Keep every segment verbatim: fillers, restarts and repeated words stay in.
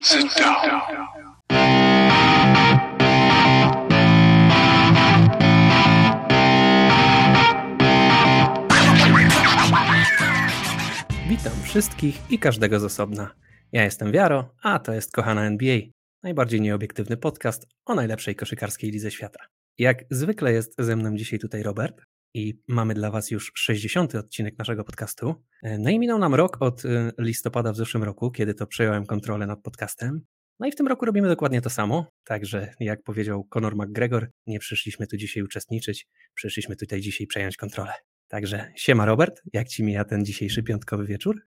Sit down. Witam wszystkich i każdego z osobna. Ja jestem Wiaro, a to jest Kochana N B A, najbardziej nieobiektywny podcast o najlepszej koszykarskiej lidze świata. Jak zwykle jest ze mną dzisiaj tutaj Robert i mamy dla Was już sześćdziesiąty odcinek naszego podcastu. No i minął nam rok od listopada w zeszłym roku, kiedy to przejąłem kontrolę nad podcastem. No i w tym roku robimy dokładnie to samo, także jak powiedział Conor McGregor, nie przyszliśmy tu dzisiaj uczestniczyć, przyszliśmy tutaj dzisiaj przejąć kontrolę. Także siema Robert, jak Ci mija ten dzisiejszy piątkowy wieczór?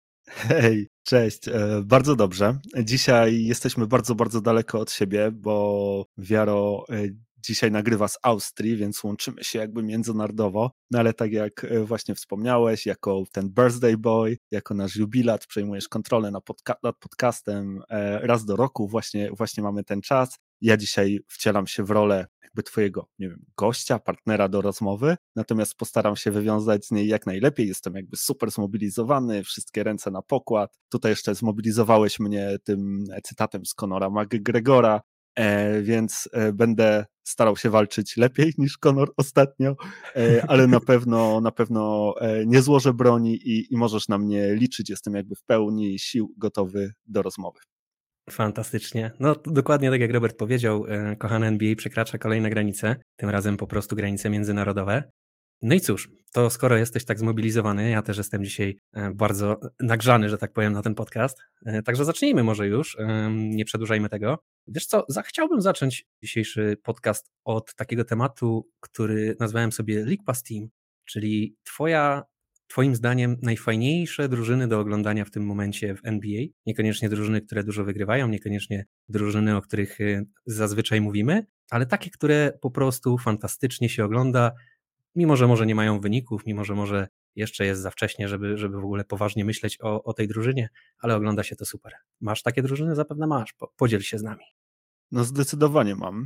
Hej, cześć, e, bardzo dobrze. Dzisiaj jesteśmy bardzo, bardzo daleko od siebie, bo Wiaro e, dzisiaj nagrywa z Austrii, więc łączymy się jakby międzynarodowo, no ale tak jak e, właśnie wspomniałeś, jako ten birthday boy, jako nasz jubilat przejmujesz kontrolę nad, podca- nad podcastem e, raz do roku, właśnie, właśnie mamy ten czas. Ja dzisiaj wcielam się w rolę jakby twojego, nie wiem, gościa, partnera do rozmowy, natomiast postaram się wywiązać z niej jak najlepiej. Jestem jakby super zmobilizowany, wszystkie ręce na pokład. Tutaj jeszcze zmobilizowałeś mnie tym cytatem z Conora McGregora, e, więc e, będę starał się walczyć lepiej niż Conor ostatnio, e, ale na pewno, na pewno e, nie złożę broni i, i możesz na mnie liczyć. Jestem jakby w pełni sił gotowy do rozmowy. Fantastycznie. No dokładnie tak jak Robert powiedział, kochane N B A przekracza kolejne granice, tym razem po prostu granice międzynarodowe. No i cóż, to skoro jesteś tak zmobilizowany, ja też jestem dzisiaj bardzo nagrzany, że tak powiem, na ten podcast, także zacznijmy może już, nie przedłużajmy tego. Wiesz co, chciałbym zacząć dzisiejszy podcast od takiego tematu, który nazwałem sobie League Pass Team, czyli twoja Twoim zdaniem najfajniejsze drużyny do oglądania w tym momencie w N B A? Niekoniecznie drużyny, które dużo wygrywają, niekoniecznie drużyny, o których zazwyczaj mówimy, ale takie, które po prostu fantastycznie się ogląda, mimo że może nie mają wyników, mimo że może jeszcze jest za wcześnie, żeby, żeby w ogóle poważnie myśleć o, o tej drużynie, ale ogląda się to super. Masz takie drużyny? Zapewne masz. Podziel się z nami. No zdecydowanie mam.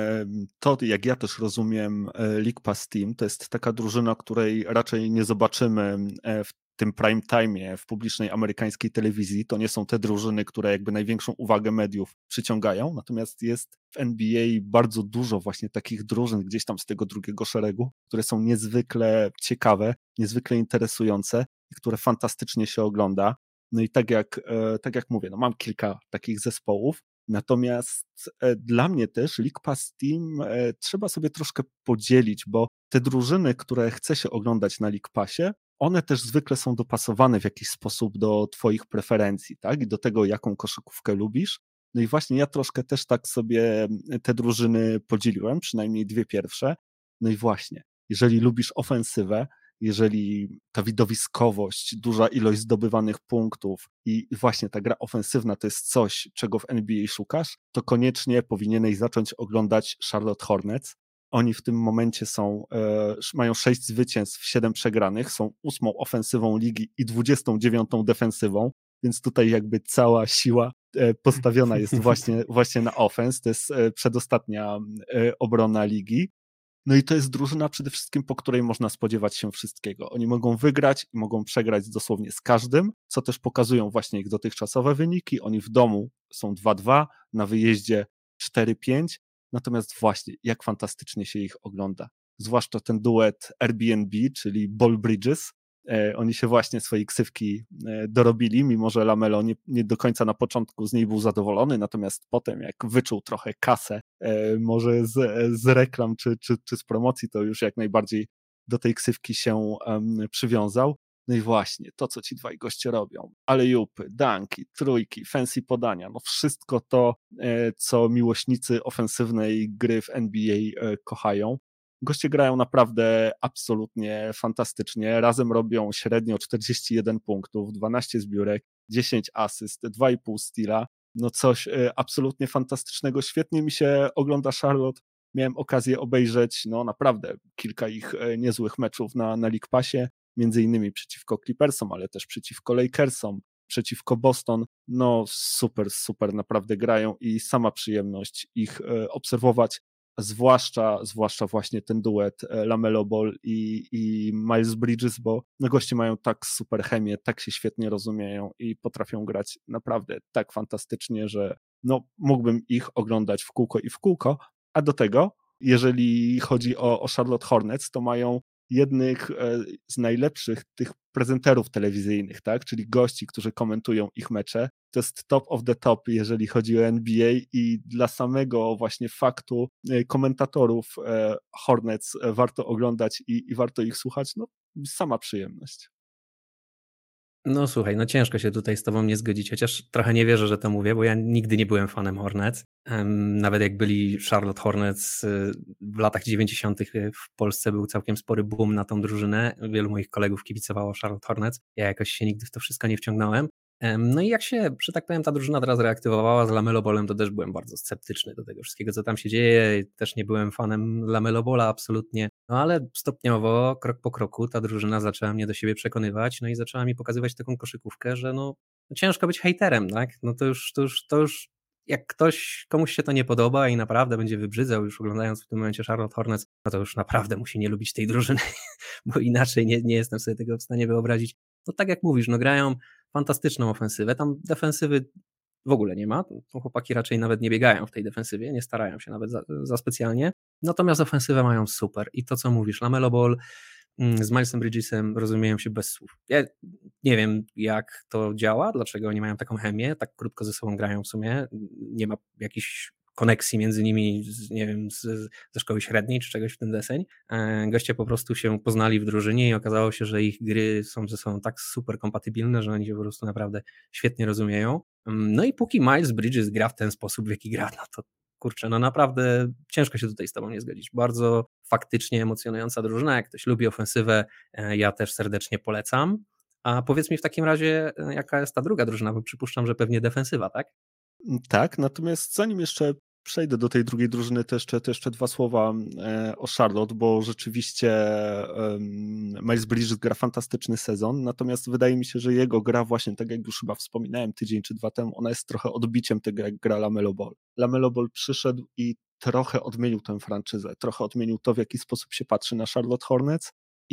To, jak ja też rozumiem League Pass Team, to jest taka drużyna, której raczej nie zobaczymy w tym prime time'ie w publicznej amerykańskiej telewizji. To nie są te drużyny, które jakby największą uwagę mediów przyciągają, natomiast jest w N B A bardzo dużo właśnie takich drużyn gdzieś tam z tego drugiego szeregu, które są niezwykle ciekawe, niezwykle interesujące i które fantastycznie się ogląda. No i tak jak, tak jak mówię, no mam kilka takich zespołów. Natomiast dla mnie też League Pass Team trzeba sobie troszkę podzielić, bo te drużyny, które chce się oglądać na League Passie, one też zwykle są dopasowane w jakiś sposób do twoich preferencji, tak? I do tego, jaką koszykówkę lubisz. No i właśnie ja troszkę też tak sobie te drużyny podzieliłem, przynajmniej dwie pierwsze. No i właśnie, jeżeli lubisz ofensywę, jeżeli ta widowiskowość, duża ilość zdobywanych punktów i właśnie ta gra ofensywna to jest coś, czego w N B A szukasz, to koniecznie powinieneś zacząć oglądać Charlotte Hornets. Oni w tym momencie są, e, mają sześć zwycięstw, siedem przegranych, są ósmą ofensywą ligi i dwudziestą dziewiątą defensywą, więc tutaj jakby cała siła e, postawiona jest właśnie, właśnie na offense. To jest e, przedostatnia e, obrona ligi. No i to jest drużyna przede wszystkim, po której można spodziewać się wszystkiego. Oni mogą wygrać i mogą przegrać dosłownie z każdym, co też pokazują właśnie ich dotychczasowe wyniki. Oni w domu są dwa dwa, na wyjeździe cztery pięć, natomiast właśnie jak fantastycznie się ich ogląda. Zwłaszcza ten duet Airbnb, czyli Ball Bridges. E, oni się właśnie swojej ksywki e, dorobili, mimo że Lamelo nie, nie do końca na początku z niej był zadowolony, natomiast potem jak wyczuł trochę kasę, e, może z, z reklam czy, czy, czy z promocji, to już jak najbardziej do tej ksywki się um, przywiązał. No i właśnie, to co ci dwaj goście robią, alejupy, danki, trójki, fancy podania, no wszystko to, e, co miłośnicy ofensywnej gry w N B A e, kochają. Goście grają naprawdę absolutnie fantastycznie. Razem robią średnio czterdzieści jeden punktów, dwanaście zbiórek, dziesięć asyst, dwa i pół steala. No coś absolutnie fantastycznego. Świetnie mi się ogląda Charlotte. Miałem okazję obejrzeć no naprawdę kilka ich niezłych meczów na, na League Passie, między innymi przeciwko Clippersom, ale też przeciwko Lakersom, przeciwko Boston. No super, super naprawdę grają i sama przyjemność ich obserwować. zwłaszcza, zwłaszcza właśnie ten duet LaMelo Ball i, i Miles Bridges, bo no goście mają tak super chemię, tak się świetnie rozumieją i potrafią grać naprawdę tak fantastycznie, że no mógłbym ich oglądać w kółko i w kółko, a do tego, jeżeli chodzi o, o Charlotte Hornets, to mają jednych z najlepszych tych prezenterów telewizyjnych, tak, czyli gości, którzy komentują ich mecze. To jest top of the top, jeżeli chodzi o N B A i dla samego właśnie faktu komentatorów Hornets warto oglądać i, i warto ich słuchać, no sama przyjemność. No słuchaj, no ciężko się tutaj z tobą nie zgodzić, chociaż trochę nie wierzę, że to mówię, bo ja nigdy nie byłem fanem Hornets. Nawet jak byli Charlotte Hornets w latach dziewięćdziesiątych w Polsce był całkiem spory boom na tą drużynę. Wielu moich kolegów kibicowało Charlotte Hornets. Ja jakoś się nigdy w to wszystko nie wciągnąłem. No i jak się, że tak powiem, ta drużyna teraz reaktywowała z LaMelo Ballem, to też byłem bardzo sceptyczny do tego wszystkiego, co tam się dzieje. Też nie byłem fanem LaMelo Balla absolutnie. No ale stopniowo, krok po kroku ta drużyna zaczęła mnie do siebie przekonywać, no i zaczęła mi pokazywać taką koszykówkę, że no ciężko być hejterem, tak? No to już, to już, to już jak ktoś, komuś się to nie podoba i naprawdę będzie wybrzydzał już oglądając w tym momencie Charlotte Hornets, no to już naprawdę musi nie lubić tej drużyny, bo inaczej nie, nie jestem sobie tego w stanie wyobrazić. No tak jak mówisz, no grają fantastyczną ofensywę, tam defensywy w ogóle nie ma, to chłopaki raczej nawet nie biegają w tej defensywie, nie starają się nawet za, za specjalnie, natomiast ofensywę mają super i to co mówisz, LaMelo Ball z Milesem Bridgesem rozumieją się bez słów. Ja nie wiem jak to działa, dlaczego oni mają taką chemię, tak krótko ze sobą grają w sumie, nie ma jakichś koneksji między nimi, z, nie wiem, z, ze szkoły średniej czy czegoś w ten deseń. Goście po prostu się poznali w drużynie i okazało się, że ich gry są ze sobą tak super kompatybilne, że oni się po prostu naprawdę świetnie rozumieją. No i póki Miles Bridges gra w ten sposób, w jaki gra, no to kurczę, no naprawdę ciężko się tutaj z tobą nie zgodzić. Bardzo faktycznie emocjonująca drużyna, jak ktoś lubi ofensywę, ja też serdecznie polecam. A powiedz mi w takim razie, jaka jest ta druga drużyna, bo przypuszczam, że pewnie defensywa, tak? Tak, natomiast zanim jeszcze przejdę do tej drugiej drużyny, to jeszcze, to jeszcze dwa słowa o Charlotte, bo rzeczywiście Miles Bridges gra fantastyczny sezon, natomiast wydaje mi się, że jego gra właśnie, tak jak już chyba wspominałem tydzień czy dwa temu, ona jest trochę odbiciem tego, jak gra LaMelo Ball. LaMelo Ball przyszedł i trochę odmienił tę franczyzę, trochę odmienił to, w jaki sposób się patrzy na Charlotte Hornets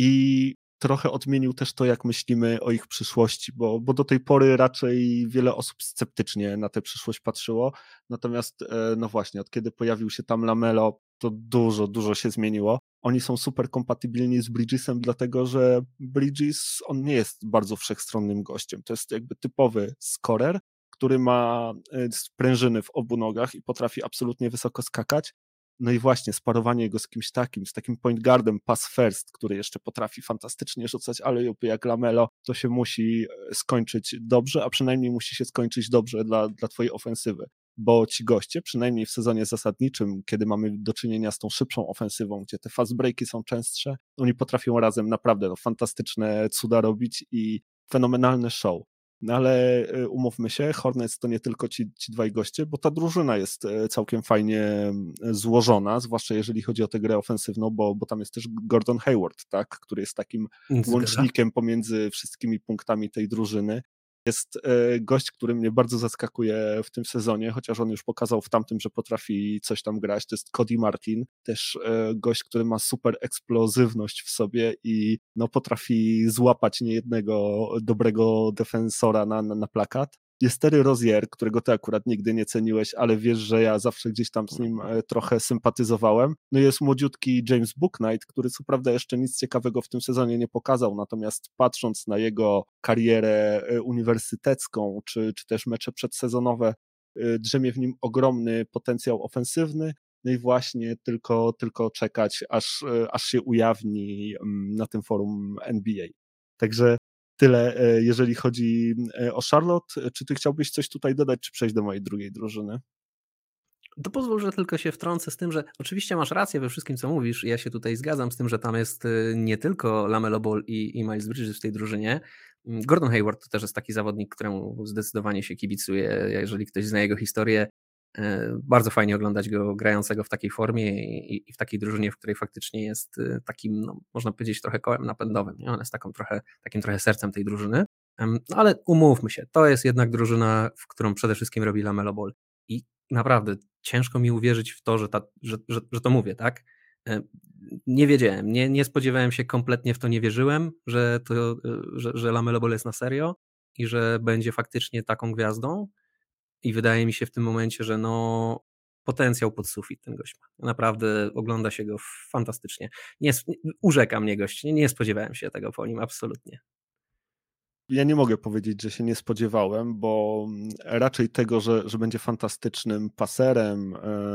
i trochę odmienił też to, jak myślimy o ich przyszłości, bo, bo do tej pory raczej wiele osób sceptycznie na tę przyszłość patrzyło, natomiast no właśnie, od kiedy pojawił się tam LaMelo, to dużo, dużo się zmieniło. Oni są super kompatybilni z Bridgesem, dlatego że Bridges, on nie jest bardzo wszechstronnym gościem, to jest jakby typowy scorer, który ma sprężyny w obu nogach i potrafi absolutnie wysoko skakać. No i właśnie sparowanie go z kimś takim, z takim point guardem pass first, który jeszcze potrafi fantastycznie rzucać alley-oopy jak LaMelo, to się musi skończyć dobrze, a przynajmniej musi się skończyć dobrze dla, dla twojej ofensywy, bo ci goście, przynajmniej w sezonie zasadniczym, kiedy mamy do czynienia z tą szybszą ofensywą, gdzie te fast breaki są częstsze, oni potrafią razem naprawdę no, fantastyczne cuda robić i fenomenalne show. No ale umówmy się, Hornets to nie tylko ci, ci dwaj goście, bo ta drużyna jest całkiem fajnie złożona, zwłaszcza jeżeli chodzi o tę grę ofensywną, bo, bo tam jest też Gordon Hayward, tak, który jest takim Zgadza. łącznikiem pomiędzy wszystkimi punktami tej drużyny. Jest gość, który mnie bardzo zaskakuje w tym sezonie, chociaż on już pokazał w tamtym, że potrafi coś tam grać. To jest Cody Martin, też gość, który ma super eksplozywność w sobie i no, potrafi złapać niejednego dobrego defensora na, na, na plakat. Jest Terry Rozier, którego ty akurat nigdy nie ceniłeś, ale wiesz, że ja zawsze gdzieś tam z nim trochę sympatyzowałem. No i jest młodziutki James Bouknight, który co prawda jeszcze nic ciekawego w tym sezonie nie pokazał, natomiast patrząc na jego karierę uniwersytecką, czy, czy też mecze przedsezonowe, drzemie w nim ogromny potencjał ofensywny. No i właśnie tylko, tylko czekać, aż, aż się ujawni na tym forum N B A. Także tyle, jeżeli chodzi o Charlotte. Czy ty chciałbyś coś tutaj dodać, czy przejść do mojej drugiej drużyny? To pozwól, że tylko się wtrącę z tym, że oczywiście masz rację we wszystkim, co mówisz. Ja się tutaj zgadzam z tym, że tam jest nie tylko LaMelo Ball i, i Miles Bridges w tej drużynie. Gordon Hayward to też jest taki zawodnik, któremu zdecydowanie się kibicuje. Jeżeli ktoś zna jego historię, bardzo fajnie oglądać go grającego w takiej formie i, i w takiej drużynie, w której faktycznie jest takim, no, można powiedzieć, trochę kołem napędowym. Nie? On jest taką trochę, takim trochę sercem tej drużyny. No, ale umówmy się, to jest jednak drużyna, w którą przede wszystkim robi LaMelo Ball. I naprawdę ciężko mi uwierzyć w to, że, ta, że, że, że to mówię, tak? Nie wiedziałem, nie, nie spodziewałem się, kompletnie w to nie wierzyłem, że, to, że, że LaMelo Ball jest na serio i że będzie faktycznie taką gwiazdą i wydaje mi się w tym momencie, że no potencjał pod sufit ten gość ma. Naprawdę ogląda się go fantastycznie. Nie, urzeka mnie gość, nie, nie spodziewałem się tego po nim, absolutnie. Ja nie mogę powiedzieć, że się nie spodziewałem, bo raczej tego, że, że będzie fantastycznym paserem,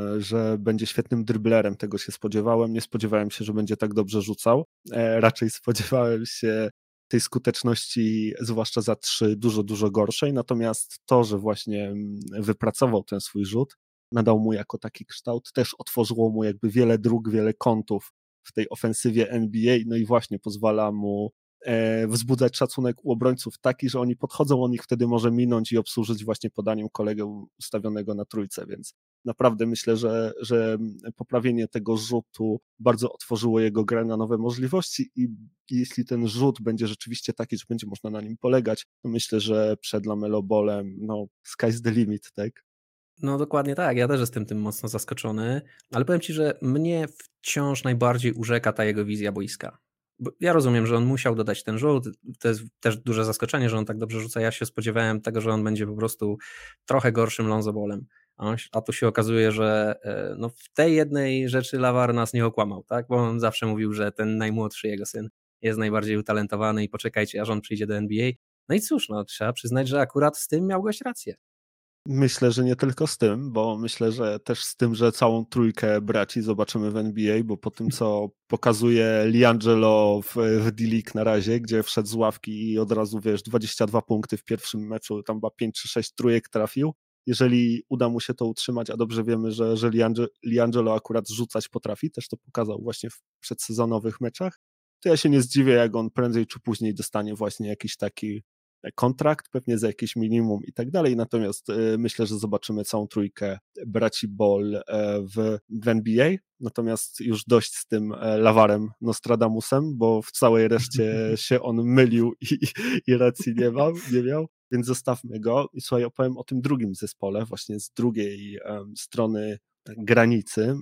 że będzie świetnym driblerem, tego się spodziewałem. Nie spodziewałem się, że będzie tak dobrze rzucał. Raczej spodziewałem się tej skuteczności, zwłaszcza za trzy, dużo, dużo gorszej. Natomiast to, że właśnie wypracował ten swój rzut, nadał mu jako taki kształt, też otworzyło mu jakby wiele dróg, wiele kątów w tej ofensywie N B A, no i właśnie pozwala mu wzbudzać szacunek u obrońców taki, że oni podchodzą, on ich wtedy może minąć i obsłużyć właśnie podaniem kolegę ustawionego na trójce, więc naprawdę myślę, że, że poprawienie tego rzutu bardzo otworzyło jego grę na nowe możliwości i jeśli ten rzut będzie rzeczywiście taki, że będzie można na nim polegać, to myślę, że przed LaMelo Ballem, no sky's the limit, tak? No dokładnie tak, ja też jestem tym mocno zaskoczony, ale powiem Ci, że mnie wciąż najbardziej urzeka ta jego wizja boiska. Bo ja rozumiem, że on musiał dodać ten rzut, to jest też duże zaskoczenie, że on tak dobrze rzuca, ja się spodziewałem tego, że on będzie po prostu trochę gorszym Lonzo Ballem, a, a tu się okazuje, że no, w tej jednej rzeczy Lawar nas nie okłamał, tak? Bo on zawsze mówił, że ten najmłodszy jego syn jest najbardziej utalentowany i poczekajcie, aż on przyjdzie do N B A. No i cóż, no, trzeba przyznać, że akurat z tym miał gość rację. Myślę, że nie tylko z tym, bo myślę, że też z tym, że całą trójkę braci zobaczymy w N B A, bo po tym, co pokazuje LiAngelo w, w D-League na razie, gdzie wszedł z ławki i od razu, wiesz, dwadzieścia dwa punkty w pierwszym meczu, tam chyba pięć czy sześć trójek trafił. Jeżeli uda mu się to utrzymać, a dobrze wiemy, że, że LiAngelo akurat rzucać potrafi, też to pokazał właśnie w przedsezonowych meczach, to ja się nie zdziwię, jak on prędzej czy później dostanie właśnie jakiś taki kontrakt, pewnie za jakieś minimum i tak dalej, natomiast y, myślę, że zobaczymy całą trójkę braci Ball w, w N B A, natomiast już dość z tym Lawarem Nostradamusem, bo w całej reszcie się on mylił i, i racji nie miał, nie miał, więc zostawmy go i słuchaj, opowiem o tym drugim zespole, właśnie z drugiej um, strony granicy,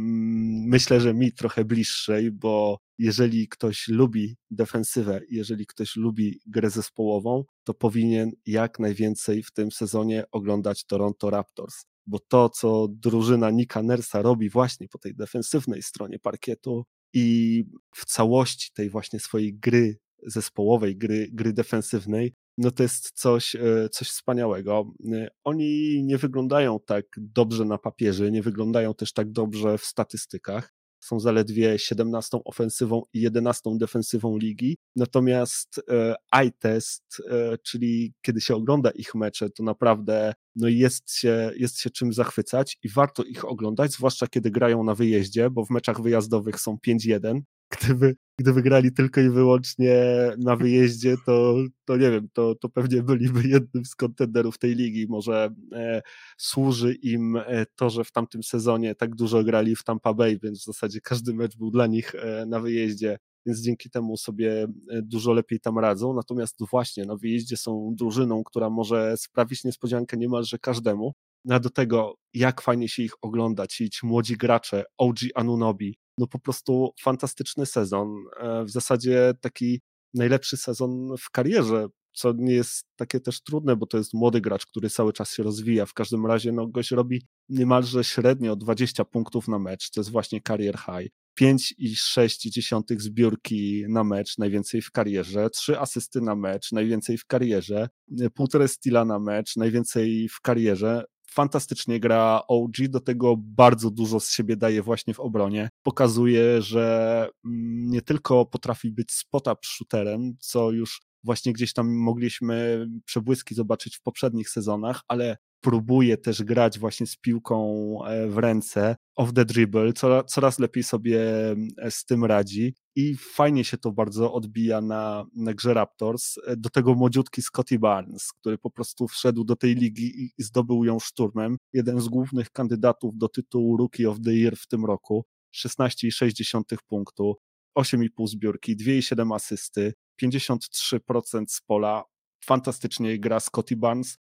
myślę, że mi trochę bliższej, bo jeżeli ktoś lubi defensywę, jeżeli ktoś lubi grę zespołową, to powinien jak najwięcej w tym sezonie oglądać Toronto Raptors, bo to, co drużyna Nicka Nurse'a robi właśnie po tej defensywnej stronie parkietu i w całości tej właśnie swojej gry zespołowej, gry, gry defensywnej, no to jest coś, coś wspaniałego. Oni nie wyglądają tak dobrze na papierze, nie wyglądają też tak dobrze w statystykach. Są zaledwie siedemnastą ofensywą i jedenastą defensywą ligi. Natomiast eye test, czyli kiedy się ogląda ich mecze, to naprawdę no jest, się, jest się czym zachwycać i warto ich oglądać, zwłaszcza kiedy grają na wyjeździe, bo w meczach wyjazdowych są pięć jeden. Gdyby, gdyby grali tylko i wyłącznie na wyjeździe, to, to nie wiem, to, to pewnie byliby jednym z kontenderów tej ligi. Może e, służy im to, że w tamtym sezonie tak dużo grali w Tampa Bay, więc w zasadzie każdy mecz był dla nich e, na wyjeździe, więc dzięki temu sobie dużo lepiej tam radzą. Natomiast właśnie na wyjeździe są drużyną, która może sprawić niespodziankę niemalże każdemu. A do tego, jak fajnie się ich ogląda, ci, ci młodzi gracze, O G Anunoby, no po prostu fantastyczny sezon, w zasadzie taki najlepszy sezon w karierze, co nie jest takie też trudne, bo to jest młody gracz, który cały czas się rozwija, w każdym razie no gość robi niemalże średnio dwadzieścia punktów na mecz, to jest właśnie career high, pięć i sześć dziesiątych zbiórki na mecz, najwięcej w karierze, trzy asysty na mecz, najwięcej w karierze, półtorej steala na mecz, najwięcej w karierze. Fantastycznie gra O G, do tego bardzo dużo z siebie daje właśnie w obronie. Pokazuje, że nie tylko potrafi być spot-up shooterem, co już właśnie gdzieś tam mogliśmy przebłyski zobaczyć w poprzednich sezonach, ale próbuje też grać właśnie z piłką w ręce, off the dribble, coraz lepiej sobie z tym radzi i fajnie się to bardzo odbija na, na grze Raptors. Do tego młodziutki Scottie Barnes, który po prostu wszedł do tej ligi i zdobył ją szturmem. Jeden z głównych kandydatów do tytułu Rookie of the Year w tym roku. szesnaście i sześć dziesiątych punktu, osiem i pół zbiórki, dwa i siedem asysty, pięćdziesiąt trzy procent z pola. Fantastycznie gra Scottie Barnes.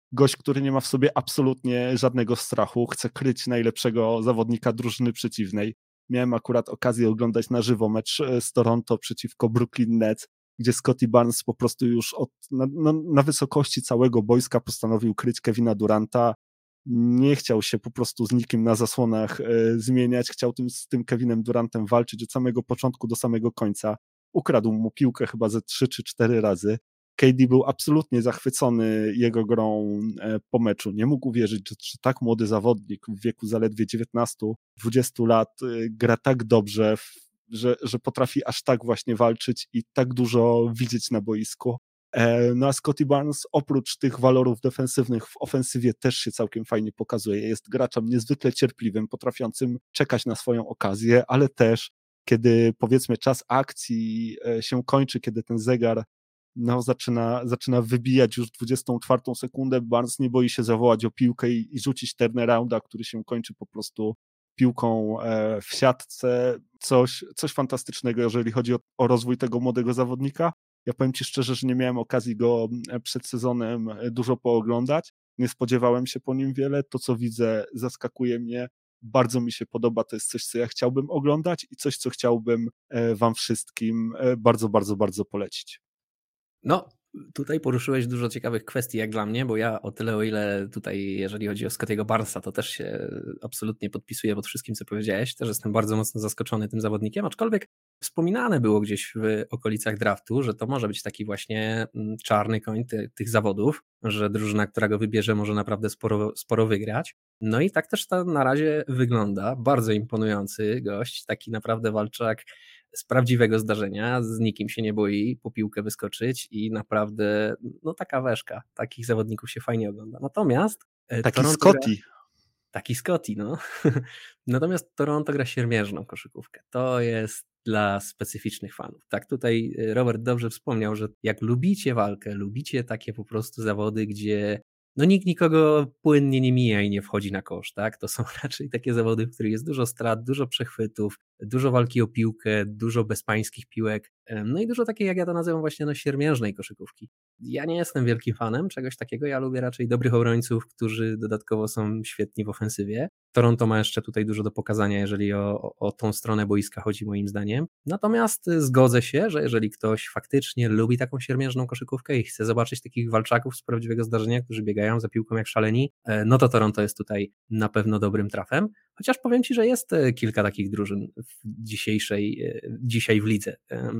gość, który nie ma w sobie absolutnie żadnego strachu, chce kryć najlepszego zawodnika drużyny przeciwnej. Miałem akurat okazję oglądać na żywo mecz z Toronto przeciwko Brooklyn Nets, gdzie Scottie Barnes po prostu już od, na, na, na wysokości całego boiska postanowił kryć Kevina Duranta. Nie chciał się po prostu z nikim na zasłonach e, zmieniać, chciał tym, z tym Kevinem Durantem walczyć od samego początku do samego końca. Ukradł mu piłkę chyba ze trzy czy cztery razy. K D był absolutnie zachwycony jego grą e, po meczu. Nie mógł uwierzyć, że, że tak młody zawodnik w wieku zaledwie dziewiętnastu dwudziestu lat e, gra tak dobrze, w, że, że potrafi aż tak właśnie walczyć i tak dużo widzieć na boisku. No a Scottie Barnes oprócz tych walorów defensywnych w ofensywie też się całkiem fajnie pokazuje. Jest graczem niezwykle cierpliwym, potrafiącym czekać na swoją okazję, ale też kiedy powiedzmy czas akcji się kończy, kiedy ten zegar no, zaczyna, zaczyna wybijać już dwudziestą czwartą sekundę, Barnes nie boi się zawołać o piłkę i, i rzucić turnarounda, który się kończy po prostu piłką w siatce. Coś, coś fantastycznego, jeżeli chodzi o, o rozwój tego młodego zawodnika. Ja powiem Ci szczerze, że nie miałem okazji go przed sezonem dużo pooglądać. Nie spodziewałem się po nim wiele. To, co widzę, zaskakuje mnie. Bardzo mi się podoba. To jest coś, co ja chciałbym oglądać i coś, co chciałbym Wam wszystkim bardzo, bardzo, bardzo polecić. No, tutaj poruszyłeś dużo ciekawych kwestii jak dla mnie, bo ja o tyle, o ile tutaj, jeżeli chodzi o Scottiego Barnesa, to też się absolutnie podpisuję pod wszystkim, co powiedziałeś. Też jestem bardzo mocno zaskoczony tym zawodnikiem, aczkolwiek wspominane było gdzieś w okolicach draftu, że to może być taki właśnie czarny koń ty, tych zawodów, że drużyna, która go wybierze, może naprawdę sporo, sporo wygrać. No i tak też to na razie wygląda. Bardzo imponujący gość, taki naprawdę walczak z prawdziwego zdarzenia, z nikim się nie boi po piłkę wyskoczyć i naprawdę no taka weszka. Takich zawodników się fajnie ogląda. Natomiast taki Toronto Scottie. Gra... Taki Scottie, no. Natomiast Toronto gra siermierzną koszykówkę. To jest dla specyficznych fanów. Tak, tutaj Robert dobrze wspomniał, że jak lubicie walkę, lubicie takie po prostu zawody, gdzie no nikt nikogo płynnie nie mija i nie wchodzi na kosz, tak? To są raczej takie zawody, w których jest dużo strat, dużo przechwytów, dużo walki o piłkę, dużo bezpańskich piłek, no i dużo takiej, jak ja to nazywam właśnie, no siermiężnej koszykówki. Ja nie jestem wielkim fanem czegoś takiego, ja lubię raczej dobrych obrońców, którzy dodatkowo są świetni w ofensywie. Toronto ma jeszcze tutaj dużo do pokazania, jeżeli o, o, o tą stronę boiska chodzi moim zdaniem. Natomiast zgodzę się, że jeżeli ktoś faktycznie lubi taką siermiężną koszykówkę i chce zobaczyć takich walczaków z prawdziwego zdarzenia, którzy biegają za piłką jak szaleni, no to Toronto jest tutaj na pewno dobrym trafem. Chociaż powiem Ci, że jest kilka takich drużyn w dzisiejszej, dzisiaj w lidze,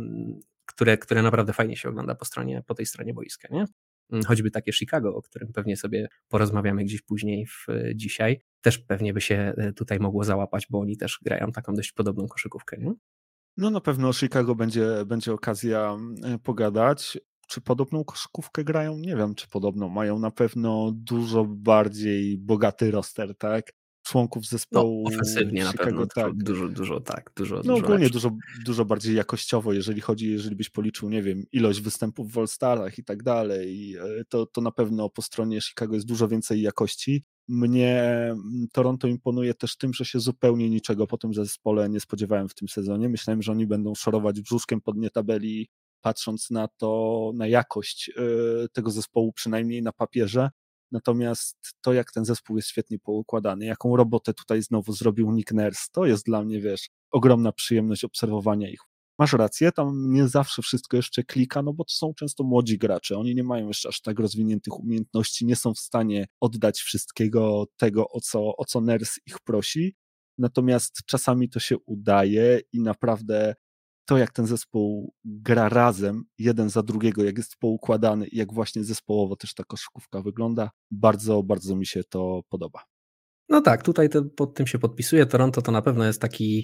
które, które naprawdę fajnie się ogląda po stronie, po tej stronie boiska, nie? Choćby takie Chicago, o którym pewnie sobie porozmawiamy gdzieś później w dzisiaj, też pewnie by się tutaj mogło załapać, bo oni też grają taką dość podobną koszykówkę, nie? No na pewno o Chicago będzie, będzie okazja pogadać. Czy podobną koszykówkę grają? Nie wiem, czy podobną. Mają na pewno dużo bardziej bogaty roster, tak? Członków zespołu no, ofensywnie Chicago, na pewno tak. Dużo, dużo, tak, dużo, no dużo ogólnie lepsze. dużo, dużo bardziej jakościowo, jeżeli chodzi, jeżeli byś policzył, nie wiem, ilość występów w All-Starach i tak dalej, to, to na pewno po stronie Chicago jest dużo więcej jakości. Mnie Toronto imponuje też tym, że się zupełnie niczego po tym zespole nie spodziewałem w tym sezonie. Myślałem, że oni będą szorować brzuszkiem po dnie tabeli, patrząc na to, na jakość tego zespołu, przynajmniej na papierze. Natomiast to, jak ten zespół jest świetnie poukładany, jaką robotę tutaj znowu zrobił Nick Nurse, to jest dla mnie, wiesz, ogromna przyjemność obserwowania ich. Masz rację, tam nie zawsze wszystko jeszcze klika, no bo to są często młodzi gracze, oni nie mają jeszcze aż tak rozwiniętych umiejętności, nie są w stanie oddać wszystkiego tego, o co, o co Nurse ich prosi, natomiast czasami to się udaje i naprawdę to, jak ten zespół gra razem, jeden za drugiego, jak jest poukładany i jak właśnie zespołowo też ta koszykówka wygląda, bardzo, bardzo mi się to podoba. No tak, tutaj to, pod tym się podpisuję. Toronto to na pewno jest taki,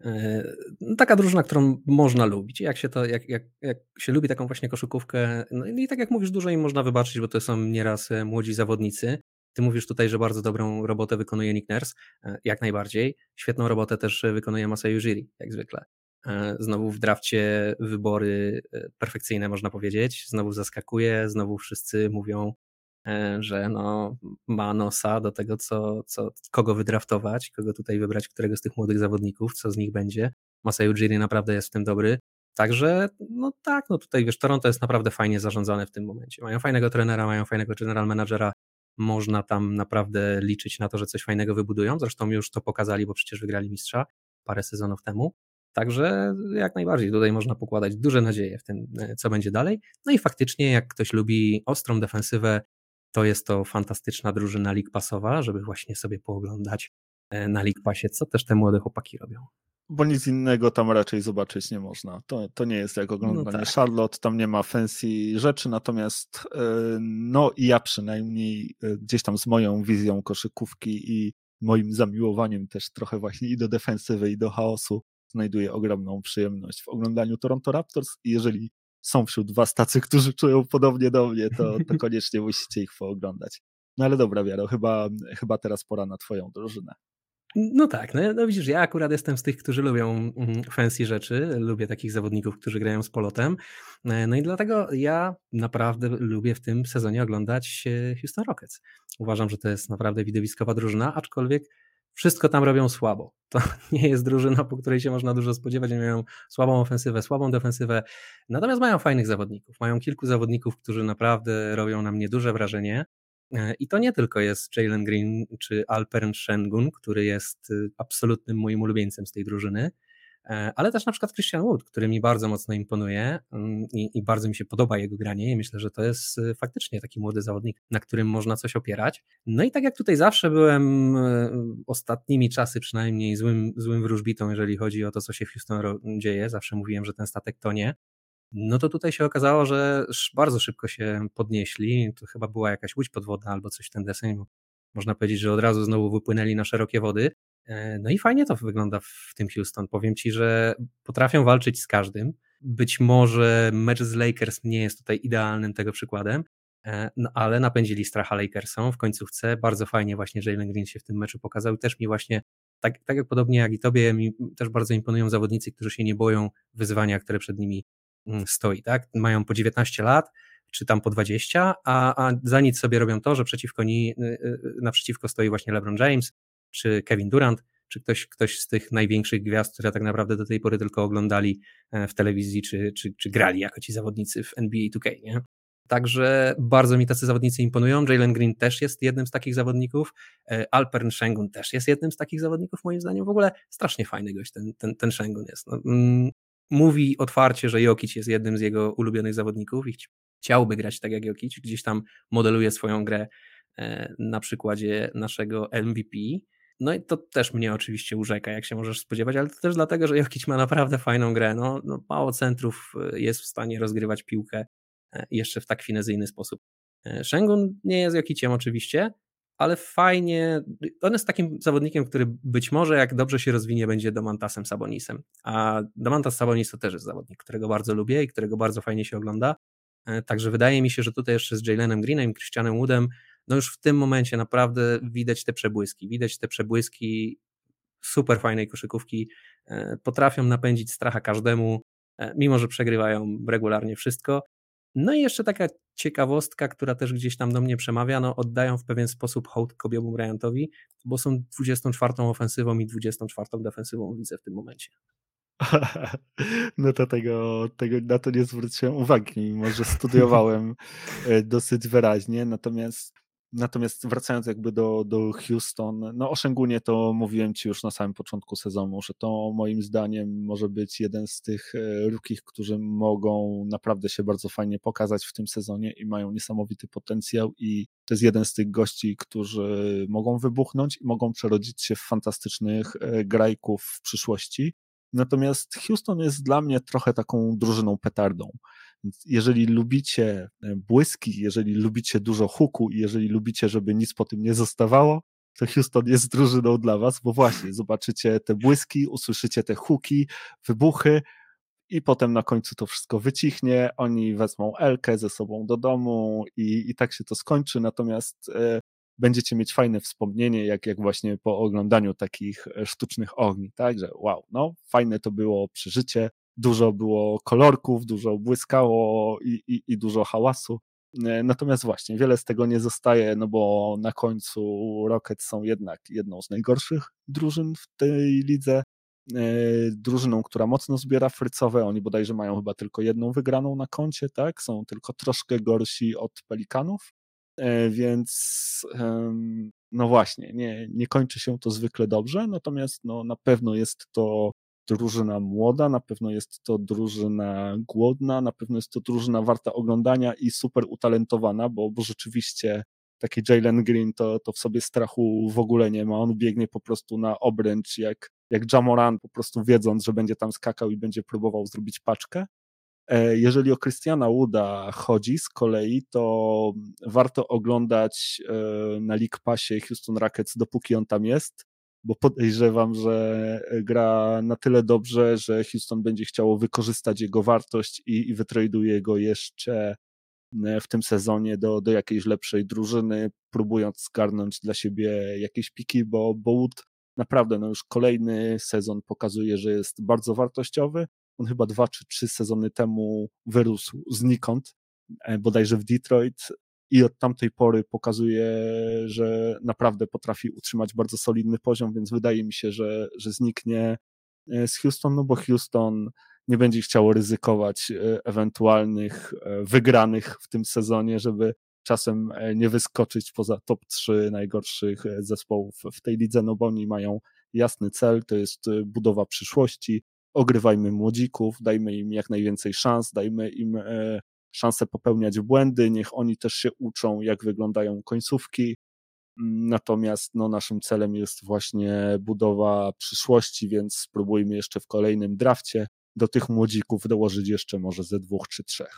yy, taka drużyna, którą można lubić. Jak się, to, jak, jak, jak się lubi taką właśnie koszykówkę, no i tak jak mówisz, dużo im można wybaczyć, bo to są nieraz młodzi zawodnicy. Ty mówisz tutaj, że bardzo dobrą robotę wykonuje Nick Nurse, jak najbardziej. Świetną robotę też wykonuje Masai Ujiri, jak zwykle. Znowu w drafcie wybory perfekcyjne, można powiedzieć. Znowu zaskakuje, znowu wszyscy mówią, że no, ma nosa do tego, co, co, kogo wydraftować, kogo tutaj wybrać, którego z tych młodych zawodników, co z nich będzie. Masai Ujiri naprawdę jest w tym dobry. Także, no tak, no tutaj wiesz, Toronto jest naprawdę fajnie zarządzane w tym momencie. Mają fajnego trenera, mają fajnego general managera. można tam naprawdę liczyć na to, że coś fajnego wybudują. Zresztą już to pokazali, bo przecież wygrali mistrza parę sezonów temu. Także jak najbardziej tutaj można pokładać duże nadzieje w tym, co będzie dalej. No i faktycznie, jak ktoś lubi ostrą defensywę, to jest to fantastyczna drużyna League Passowa, żeby właśnie sobie pooglądać na League Passie, co też te młode chłopaki robią. Bo nic innego tam raczej zobaczyć nie można. To, to nie jest jak oglądanie no tak. Charlotte, tam nie ma fancy rzeczy, natomiast no i ja przynajmniej gdzieś tam z moją wizją koszykówki i moim zamiłowaniem też trochę właśnie i do defensywy, i do chaosu znajduję ogromną przyjemność w oglądaniu Toronto Raptors i jeżeli są wśród was tacy, którzy czują podobnie do mnie, to, to koniecznie musicie ich pooglądać. No ale dobra, Wiaro, chyba, chyba teraz pora na twoją drużynę. No tak, no, no widzisz, ja akurat jestem z tych, którzy lubią fancy rzeczy, lubię takich zawodników, którzy grają z polotem, no i dlatego ja naprawdę lubię w tym sezonie oglądać Houston Rockets. Uważam, że to jest naprawdę widowiskowa drużyna, aczkolwiek wszystko tam robią słabo. To nie jest drużyna, po której się można dużo spodziewać, oni mają słabą ofensywę, słabą defensywę, natomiast mają fajnych zawodników, mają kilku zawodników, którzy naprawdę robią na mnie duże wrażenie. I to nie tylko jest Jalen Green czy Alperen Sengun, który jest absolutnym moim ulubieńcem z tej drużyny, ale też na przykład Christian Wood, który mi bardzo mocno imponuje i, i bardzo mi się podoba jego granie i myślę, że to jest faktycznie taki młody zawodnik, na którym można coś opierać. No i tak jak tutaj zawsze byłem ostatnimi czasy przynajmniej złym, złym wróżbitą, jeżeli chodzi o to, co się w Houston dzieje, zawsze mówiłem, że ten statek tonie. No to tutaj się okazało, że bardzo szybko się podnieśli, to chyba była jakaś łódź podwodna albo coś w ten deseń, można powiedzieć, że od razu znowu wypłynęli na szerokie wody, no i fajnie to wygląda w tym Houston, powiem Ci, że potrafią walczyć z każdym, być może mecz z Lakers nie jest tutaj idealnym tego przykładem, no ale napędzili stracha Lakersom w końcówce, bardzo fajnie właśnie Jalen Green się w tym meczu pokazał, też mi właśnie tak, tak jak podobnie jak i Tobie, mi też bardzo imponują zawodnicy, którzy się nie boją wyzwania, które przed nimi stoi, tak? Mają po dziewiętnaście lat, czy tam po dwadzieścia, a, a za nic sobie robią to, że przeciwko ni, naprzeciwko stoi właśnie LeBron James, czy Kevin Durant, czy ktoś, ktoś z tych największych gwiazd, które tak naprawdę do tej pory tylko oglądali w telewizji, czy, czy, czy grali jako ci zawodnicy w N B A two K, nie? Także bardzo mi tacy zawodnicy imponują. Jalen Green też jest jednym z takich zawodników. Alperen Sengun też jest jednym z takich zawodników, moim zdaniem. W ogóle strasznie fajny gość ten, ten, ten Sengun jest. No, mm, mówi otwarcie, że Jokic jest jednym z jego ulubionych zawodników i chciałby grać tak jak Jokic. Gdzieś tam modeluje swoją grę na przykładzie naszego M V P. No i to też mnie oczywiście urzeka, jak się możesz spodziewać, ale to też dlatego, że Jokic ma naprawdę fajną grę. No, no mało centrów jest w stanie rozgrywać piłkę jeszcze w tak finezyjny sposób. Sengun nie jest Jokiciem oczywiście, ale fajnie, on jest takim zawodnikiem, który być może jak dobrze się rozwinie, będzie Domantasem Sabonisem, a Domantas Sabonis to też jest zawodnik, którego bardzo lubię i którego bardzo fajnie się ogląda, także wydaje mi się, że tutaj jeszcze z Jalenem Greenem i Christianem Woodem, no już w tym momencie naprawdę widać te przebłyski, widać te przebłyski super fajnej koszykówki, potrafią napędzić stracha każdemu, mimo że przegrywają regularnie wszystko. No i jeszcze taka ciekawostka, która też gdzieś tam do mnie przemawia, no oddają w pewien sposób hołd Kobiemu Bryantowi, bo są dwudziestą czwartą ofensywą i dwudziestą czwartą defensywą widzę w tym momencie. No to tego, tego na to nie zwróciłem uwagi, mimo że studiowałem dosyć wyraźnie, natomiast Natomiast wracając jakby do, do Houston, no o Sengunie to mówiłem Ci już na samym początku sezonu, że to moim zdaniem może być jeden z tych rookies, którzy mogą naprawdę się bardzo fajnie pokazać w tym sezonie i mają niesamowity potencjał i to jest jeden z tych gości, którzy mogą wybuchnąć i mogą przerodzić się w fantastycznych grajków w przyszłości. Natomiast Houston jest dla mnie trochę taką drużyną petardą. Jeżeli lubicie błyski, jeżeli lubicie dużo huku i jeżeli lubicie, żeby nic po tym nie zostawało, to Houston jest drużyną dla was, bo właśnie zobaczycie te błyski, usłyszycie te huki, wybuchy i potem na końcu to wszystko wycichnie, oni wezmą Elkę ze sobą do domu i, i tak się to skończy, natomiast e, będziecie mieć fajne wspomnienie, jak, jak właśnie po oglądaniu takich sztucznych ogni, tak, że wow, no fajne to było przeżycie, dużo było kolorków, dużo błyskało i, i, i dużo hałasu. Natomiast właśnie wiele z tego nie zostaje, no bo na końcu Rockets są jednak jedną z najgorszych drużyn w tej lidze. Drużyną, która mocno zbiera frycowe, oni bodajże mają chyba tylko jedną wygraną na koncie, tak? Są tylko troszkę gorsi od Pelikanów. więc no właśnie, nie, nie kończy się to zwykle dobrze, natomiast no, na pewno jest to drużyna młoda, na pewno jest to drużyna głodna, na pewno jest to drużyna warta oglądania i super utalentowana, bo, bo rzeczywiście taki Jalen Green to, to w sobie strachu w ogóle nie ma, on biegnie po prostu na obręcz jak, jak Ja Morant, po prostu wiedząc, że będzie tam skakał i będzie próbował zrobić paczkę. Jeżeli o Christiana Wooda chodzi z kolei, to warto oglądać na League Passie Houston Rockets, dopóki on tam jest, bo podejrzewam, że gra na tyle dobrze, że Houston będzie chciało wykorzystać jego wartość i, i wytraduje go jeszcze w tym sezonie do, do jakiejś lepszej drużyny, próbując zgarnąć dla siebie jakieś piki, bo, bo Wood naprawdę no już kolejny sezon pokazuje, że jest bardzo wartościowy. On chyba dwa czy trzy sezony temu wyrósł znikąd, bodajże w Detroit, i od tamtej pory pokazuje, że naprawdę potrafi utrzymać bardzo solidny poziom, więc wydaje mi się, że, że zniknie z Houston, no bo Houston nie będzie chciało ryzykować ewentualnych wygranych w tym sezonie, żeby czasem nie wyskoczyć poza top trzy najgorszych zespołów w tej lidze, no bo oni mają jasny cel, to jest budowa przyszłości, ogrywajmy młodzików, dajmy im jak najwięcej szans, dajmy im szansę popełniać błędy, niech oni też się uczą, jak wyglądają końcówki, natomiast no, naszym celem jest właśnie budowa przyszłości, więc spróbujmy jeszcze w kolejnym drafcie do tych młodzików dołożyć jeszcze może ze dwóch czy trzech.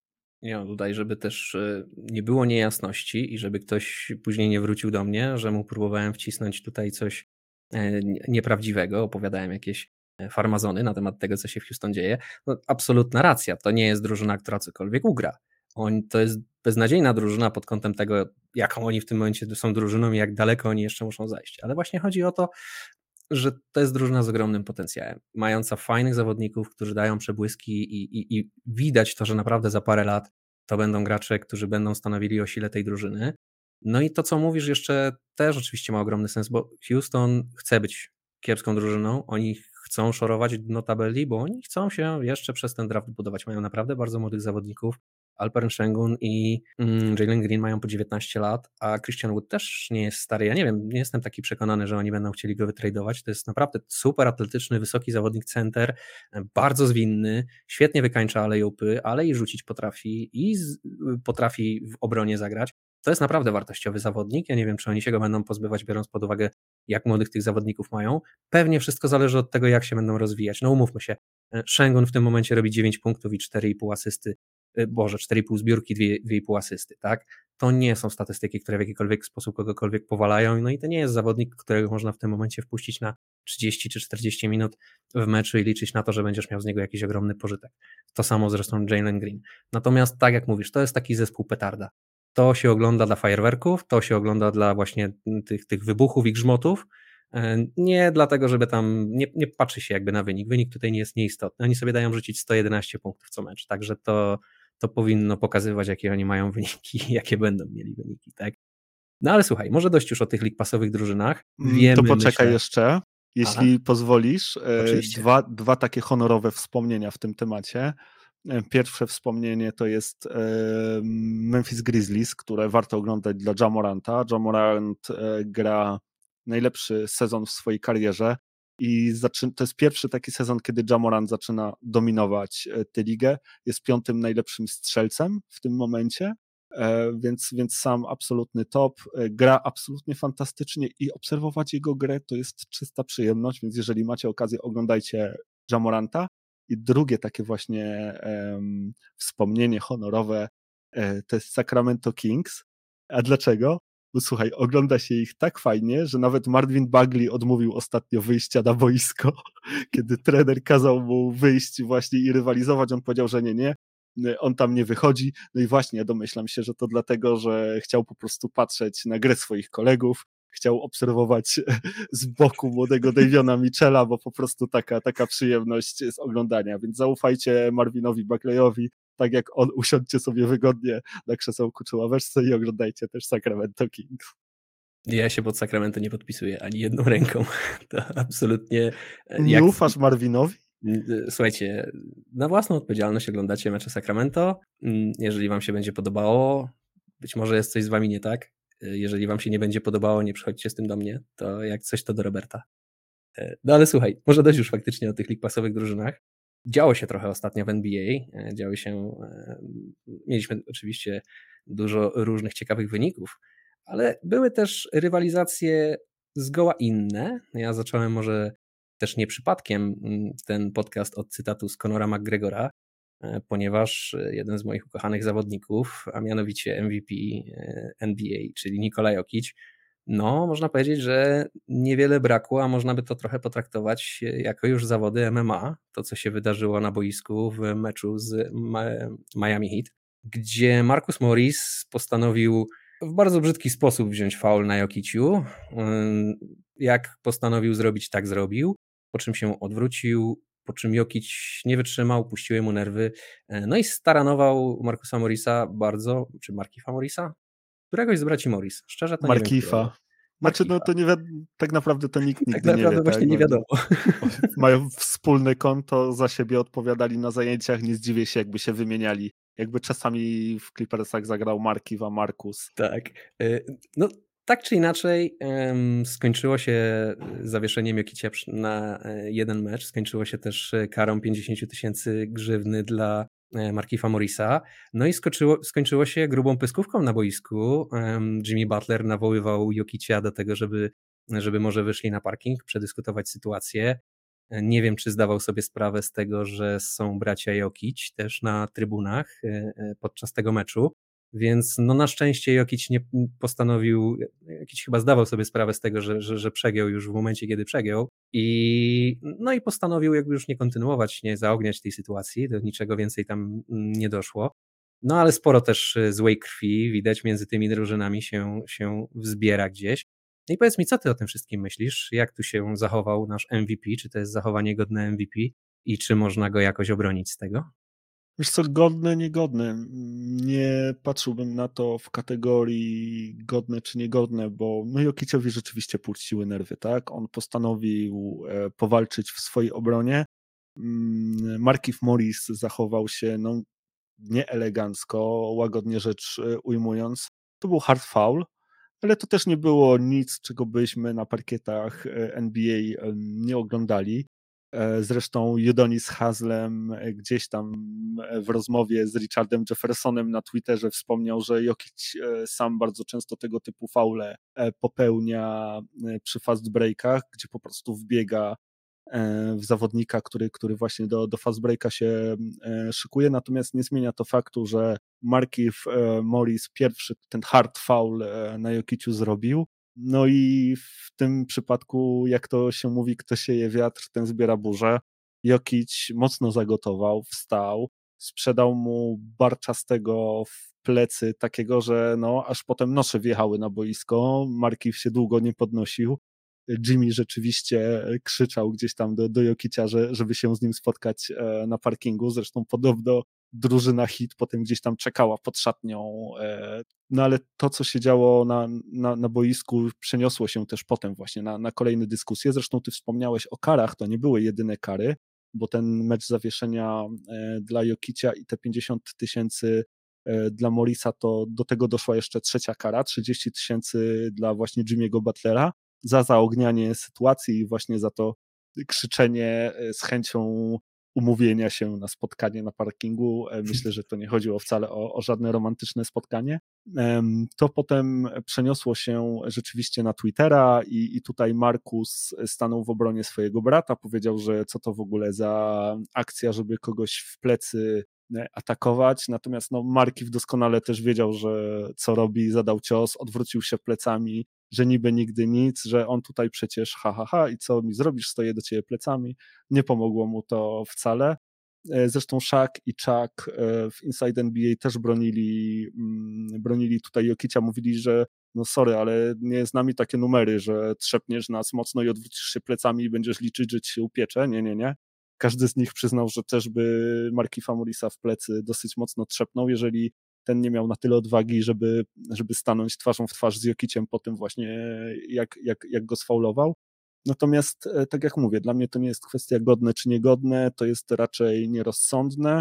Ja tutaj, żeby też nie było niejasności i żeby ktoś później nie wrócił do mnie, że mu próbowałem wcisnąć tutaj coś nieprawdziwego, opowiadałem jakieś farmazony na temat tego, co się w Houston dzieje. No, absolutna racja, to nie jest drużyna, która cokolwiek ugra. On, to jest beznadziejna drużyna pod kątem tego, jaką oni w tym momencie są drużyną i jak daleko oni jeszcze muszą zajść. Ale właśnie chodzi o to, że to jest drużyna z ogromnym potencjałem, mająca fajnych zawodników, którzy dają przebłyski i, i, i widać to, że naprawdę za parę lat to będą gracze, którzy będą stanowili o sile tej drużyny. No i to, co mówisz, jeszcze też oczywiście ma ogromny sens, bo Houston chce być kiepską drużyną, oni chcą szorować dno tabeli, bo oni chcą się jeszcze przez ten draft budować. Mają naprawdę bardzo młodych zawodników. Alperen Sengun i mm, Jalen Green mają po dziewiętnaście lat, a Christian Wood też nie jest stary. Ja nie wiem, nie jestem taki przekonany, że oni będą chcieli go wytradować. To jest naprawdę super atletyczny, wysoki zawodnik center, bardzo zwinny, świetnie wykańcza alejupy, ale i rzucić potrafi i z, potrafi w obronie zagrać. To jest naprawdę wartościowy zawodnik. Ja nie wiem, czy oni się go będą pozbywać, biorąc pod uwagę, jak młodych tych zawodników mają. Pewnie wszystko zależy od tego, jak się będą rozwijać. No umówmy się, Sengun w tym momencie robi dziewięć punktów i cztery i pół asysty. Boże, cztery i pół zbiórki, dwa i pół asysty, tak? To nie są statystyki, które w jakikolwiek sposób kogokolwiek powalają, no i to nie jest zawodnik, którego można w tym momencie wpuścić na trzydzieści czy czterdzieści minut w meczu i liczyć na to, że będziesz miał z niego jakiś ogromny pożytek. To samo zresztą Jalen Green. Natomiast tak jak mówisz, to jest taki zespół petarda. To się ogląda dla fajerwerków, to się ogląda dla właśnie tych, tych wybuchów i grzmotów, nie dlatego, żeby tam, nie, nie patrzy się jakby na wynik. Wynik tutaj nie jest nieistotny. Oni sobie dają rzucić sto jedenaście punktów co mecz, także to to powinno pokazywać, jakie oni mają wyniki, jakie będą mieli wyniki, tak? No ale słuchaj, może dość już o tych lig pasowych drużynach. Wiemy, to poczekaj myślę... jeszcze, jeśli Aha. pozwolisz. Oczywiście. Dwa, dwa takie honorowe wspomnienia w tym temacie. Pierwsze wspomnienie to jest Memphis Grizzlies, które warto oglądać dla Ja Moranta. Ja Morant gra najlepszy sezon w swojej karierze i zaczyna, to jest pierwszy taki sezon, kiedy Ja Morant zaczyna dominować tę ligę. Jest piątym najlepszym strzelcem w tym momencie, więc, więc sam absolutny top. Gra absolutnie fantastycznie i obserwować jego grę to jest czysta przyjemność, więc jeżeli macie okazję, oglądajcie Ja Moranta. I drugie takie właśnie um, wspomnienie honorowe e, to jest Sacramento Kings. A dlaczego? Bo słuchaj, ogląda się ich tak fajnie, że nawet Marvin Bagley odmówił ostatnio wyjścia na boisko, kiedy trener kazał mu wyjść właśnie i rywalizować. On powiedział, że nie, nie, on tam nie wychodzi. No i właśnie domyślam się, że to dlatego, że chciał po prostu patrzeć na grę swoich kolegów, chciał obserwować z boku młodego Daviona Mitchella, bo po prostu taka, taka przyjemność z oglądania, więc zaufajcie Marvinowi Bagleyowi, tak jak on, usiądźcie sobie wygodnie na krzesełku czy ławeczce i oglądajcie też Sacramento Kings. Ja się pod Sacramento nie podpisuję ani jedną ręką. To absolutnie... Nie jak... ufasz Marvinowi? Słuchajcie, na własną odpowiedzialność oglądacie mecze Sacramento. Jeżeli wam się będzie podobało, być może jest coś z wami nie tak. Jeżeli wam się nie będzie podobało, nie przychodźcie z tym do mnie, to jak coś to do Roberta. No ale słuchaj, może dość już faktycznie o tych league passowych drużynach. Działo się trochę ostatnio w N B A, działy się, mieliśmy oczywiście dużo różnych ciekawych wyników, ale były też rywalizacje zgoła inne. Ja zacząłem może też nie przypadkiem ten podcast od cytatu z Conora McGregora, ponieważ jeden z moich ukochanych zawodników, a mianowicie M V P N B A, czyli Nikola Jokic, no można powiedzieć, że niewiele brakło, a można by to trochę potraktować jako już zawody M M A, to co się wydarzyło na boisku w meczu z Miami Heat, gdzie Marcus Morris postanowił w bardzo brzydki sposób wziąć faul na Jokiciu. Jak postanowił zrobić, tak zrobił, po czym się odwrócił, po czym Jokic nie wytrzymał, puściły mu nerwy, no i staranował Marcusa Morrisa bardzo, czy Markifa Morrisa? Któregoś z braci Morris, szczerze to Markifa. nie wiem. Markifa. Znaczy, no to nie wi- tak naprawdę to nikt nigdy tak nie naprawdę wie. właśnie tak? nie wiadomo. Mają wspólne konto, za siebie odpowiadali na zajęciach, nie zdziwię się, jakby się wymieniali. Jakby czasami w Clippersach zagrał Markif, a Markus. Tak. No tak czy inaczej skończyło się zawieszeniem Jokicia na jeden mecz, skończyło się też karą pięćdziesiąt tysięcy grzywny dla Markifa Morrisa, no i skończyło, skończyło się grubą pyskówką na boisku. Jimmy Butler nawoływał Jokicia do tego, żeby, żeby może wyszli na parking, przedyskutować sytuację. Nie wiem, czy zdawał sobie sprawę z tego, że są bracia Jokic też na trybunach podczas tego meczu, więc no na szczęście Jokic nie postanowił, Jokic chyba zdawał sobie sprawę z tego, że, że, że przegiął już w momencie, kiedy przegiął i no i postanowił jakby już nie kontynuować, nie zaogniać tej sytuacji, do niczego więcej tam nie doszło. No ale sporo też złej krwi widać między tymi drużynami się, się wzbiera gdzieś. No i powiedz mi, co ty o tym wszystkim myślisz? Jak tu się zachował nasz M V P? Czy to jest zachowanie godne M V P? I czy można go jakoś obronić z tego? Wiesz co, godne, niegodne. Nie patrzyłbym na to w kategorii godne czy niegodne, bo no Jokiciowi rzeczywiście puściły nerwy, tak? On postanowił powalczyć w swojej obronie. Markif Morris zachował się no, nieelegancko, łagodnie rzecz ujmując. To był hard foul, ale to też nie było nic, czego byśmy na parkietach N B A nie oglądali. Zresztą Udonis Haslem gdzieś tam w rozmowie z Richardem Jeffersonem na Twitterze wspomniał, że Jokic sam bardzo często tego typu faule popełnia przy fast breakach, gdzie po prostu wbiega w zawodnika, który, który właśnie do, do fast breaka się szykuje, natomiast nie zmienia to faktu, że Markif Morris pierwszy ten hard foul na Jokiciu zrobił, no i w tym przypadku, jak to się mówi, kto sieje wiatr, ten zbiera burzę. Jokic mocno zagotował, wstał, sprzedał mu barczastego w plecy, takiego, że no, aż potem nosze wjechały na boisko, Markif się długo nie podnosił. Jimmy rzeczywiście krzyczał gdzieś tam do, do Jokicia, że, żeby się z nim spotkać na parkingu, zresztą podobno drużyna Heat potem gdzieś tam czekała pod szatnią, no ale to, co się działo na, na, na boisku, przeniosło się też potem właśnie na, na kolejne dyskusje, zresztą ty wspomniałeś o karach, to nie były jedyne kary, bo ten mecz zawieszenia dla Jokicia i te pięćdziesiąt tysięcy dla Morrisa, to do tego doszła jeszcze trzecia kara, trzydzieści tysięcy dla właśnie Jimmy'ego Butlera, za zaognianie sytuacji i właśnie za to krzyczenie z chęcią umówienia się na spotkanie na parkingu. Myślę, że to nie chodziło wcale o, o żadne romantyczne spotkanie. To potem przeniosło się rzeczywiście na Twittera i, i tutaj Markus stanął w obronie swojego brata, powiedział, że co to w ogóle za akcja, żeby kogoś w plecy atakować, natomiast no, Markif doskonale też wiedział, że co robi, zadał cios, odwrócił się plecami, że niby nigdy nic, że on tutaj przecież ha, ha, ha i co mi zrobisz, stoję do ciebie plecami. Nie pomogło mu to wcale. Zresztą Shaq i Chuck w Inside N B A też bronili, bronili tutaj Jokicia, mówili, że no sorry, ale nie z nami takie numery, że trzepniesz nas mocno i odwrócisz się plecami i będziesz liczyć, że ci się upiecze. Nie, nie, nie. Każdy z nich przyznał, że też by Markifa Morrisa w plecy dosyć mocno trzepnął, jeżeli ten nie miał na tyle odwagi, żeby, żeby stanąć twarzą w twarz z Jokiciem po tym właśnie, jak, jak, jak go sfaulował. Natomiast, tak jak mówię, dla mnie to nie jest kwestia godne czy niegodne, to jest raczej nierozsądne.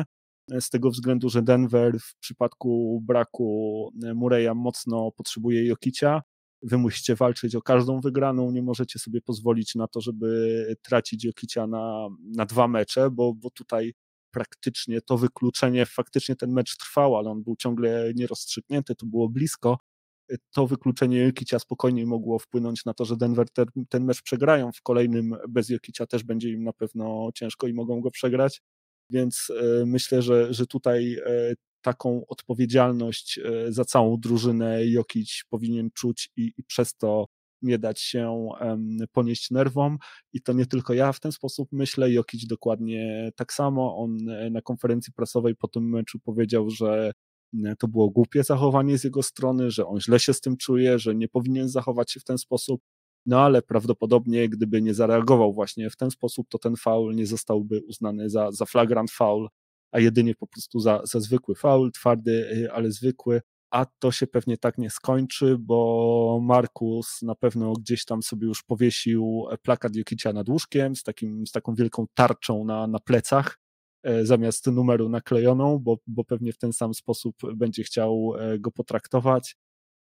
z tego względu, że Denver w przypadku braku Murraya mocno potrzebuje Jokicia. Wy musicie walczyć o każdą wygraną, nie możecie sobie pozwolić na to, żeby tracić Jokicia na, na dwa mecze, bo, bo tutaj praktycznie to wykluczenie, faktycznie ten mecz trwał, ale on był ciągle nierozstrzygnięty, to było blisko. To wykluczenie Jokicia spokojnie mogło wpłynąć na to, że Denver ten, ten mecz przegrają. W kolejnym bez Jokicia też będzie im na pewno ciężko i mogą go przegrać, więc myślę, że, że tutaj taką odpowiedzialność za całą drużynę Jokic powinien czuć i, i przez to nie dać się ponieść nerwom. I to nie tylko ja w ten sposób myślę, Jokic dokładnie tak samo. On na konferencji prasowej po tym meczu powiedział, że to było głupie zachowanie z jego strony, że on źle się z tym czuje, że nie powinien zachować się w ten sposób, no ale prawdopodobnie gdyby nie zareagował właśnie w ten sposób, to ten faul nie zostałby uznany za, za flagrant foul, a jedynie po prostu za, za zwykły faul, twardy, ale zwykły, a to się pewnie tak nie skończy, bo Markus na pewno gdzieś tam sobie już powiesił plakat Jokicia nad łóżkiem z, takim, z taką wielką tarczą na, na plecach, zamiast numeru naklejoną, bo, bo pewnie w ten sam sposób będzie chciał go potraktować,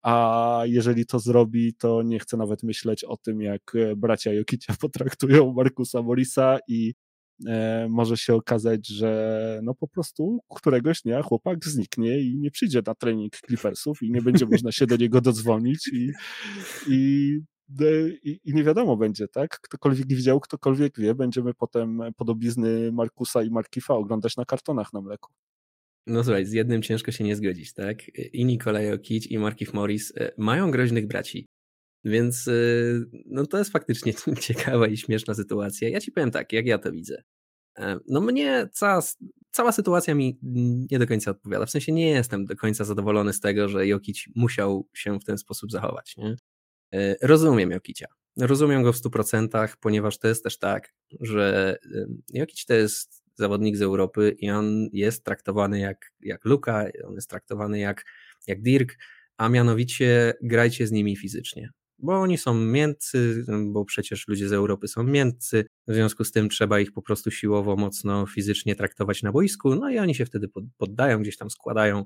a jeżeli to zrobi, to nie chcę nawet myśleć o tym, jak bracia Jokicia potraktują Markusa Morrisa i e, może się okazać, że no po prostu któregoś dnia chłopak zniknie i nie przyjdzie na trening Clippersów i nie będzie można się do niego dodzwonić i, i I, I nie wiadomo będzie, tak? Ktokolwiek widział, ktokolwiek wie, będziemy potem podobizny Markusa i Markifa oglądać na kartonach na mleku. No słuchaj, z jednym ciężko się nie zgodzić, tak? I Nikola Jokic i Markieff Morris mają groźnych braci, więc no to jest faktycznie ciekawa i śmieszna sytuacja. Ja ci powiem tak, jak ja to widzę. No mnie cała, cała sytuacja mi nie do końca odpowiada. W sensie nie jestem do końca zadowolony z tego, że Jokic musiał się w ten sposób zachować, nie? Rozumiem Jokicia. Rozumiem go w stu procentach, ponieważ to jest też tak, że Jokic to jest zawodnik z Europy i on jest traktowany jak, jak Luka, on jest traktowany jak, jak Dirk, a mianowicie grajcie z nimi fizycznie. Bo oni są miękcy, bo przecież ludzie z Europy są miękcy, w związku z tym trzeba ich po prostu siłowo, mocno fizycznie traktować na boisku, no i oni się wtedy poddają, gdzieś tam składają,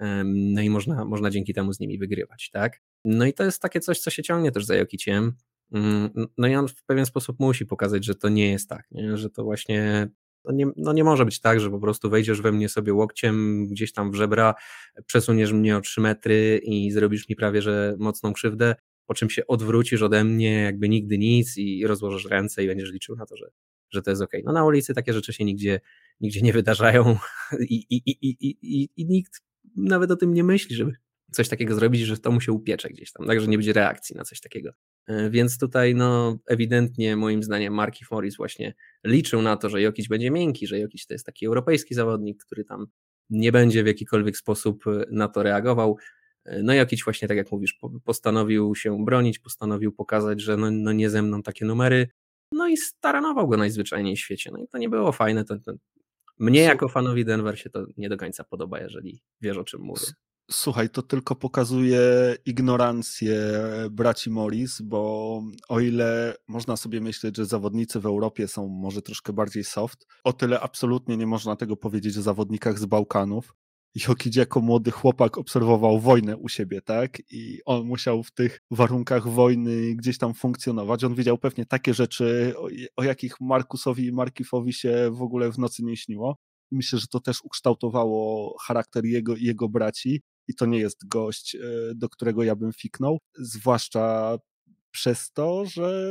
no i można, można dzięki temu z nimi wygrywać, tak? No i to jest takie coś, co się ciągnie też za Jokiciem. No i on w pewien sposób musi pokazać, że to nie jest tak, nie? Że to właśnie no nie, no nie może być tak, że po prostu wejdziesz we mnie sobie łokciem gdzieś tam w żebra, przesuniesz mnie o trzy metry i zrobisz mi prawie że mocną krzywdę, po czym się odwrócisz ode mnie jakby nigdy nic i rozłożysz ręce i będziesz liczył na to, że, że to jest okej. No na ulicy takie rzeczy się nigdzie, nigdzie nie wydarzają i, i, i, i, i, i nikt nawet o tym nie myśli, żeby coś takiego zrobić, że to mu się upiecze gdzieś tam, tak, że nie będzie reakcji na coś takiego. Więc tutaj no ewidentnie moim zdaniem Markieff Morris właśnie liczył na to, że Jokic będzie miękki, że Jokic to jest taki europejski zawodnik, który tam nie będzie w jakikolwiek sposób na to reagował. No Jokic właśnie, tak jak mówisz, postanowił się bronić, postanowił pokazać, że no, no nie ze mną takie numery, no i staranował go najzwyczajniej w świecie. No i to nie było fajne, to, to mnie jako fanowi Denver się to nie do końca podoba, jeżeli wiesz, o czym mówię. Słuchaj, to tylko pokazuje ignorancję braci Morris, bo o ile można sobie myśleć, że zawodnicy w Europie są może troszkę bardziej soft, o tyle absolutnie nie można tego powiedzieć o zawodnikach z Bałkanów. Jokic jako młody chłopak obserwował wojnę u siebie, tak? I on musiał w tych warunkach wojny gdzieś tam funkcjonować. On widział pewnie takie rzeczy, o, o jakich Markusowi i Markiefowi się w ogóle w nocy nie śniło. Myślę, że to też ukształtowało charakter jego i jego braci. I to nie jest gość, do którego ja bym fiknął, zwłaszcza przez to, że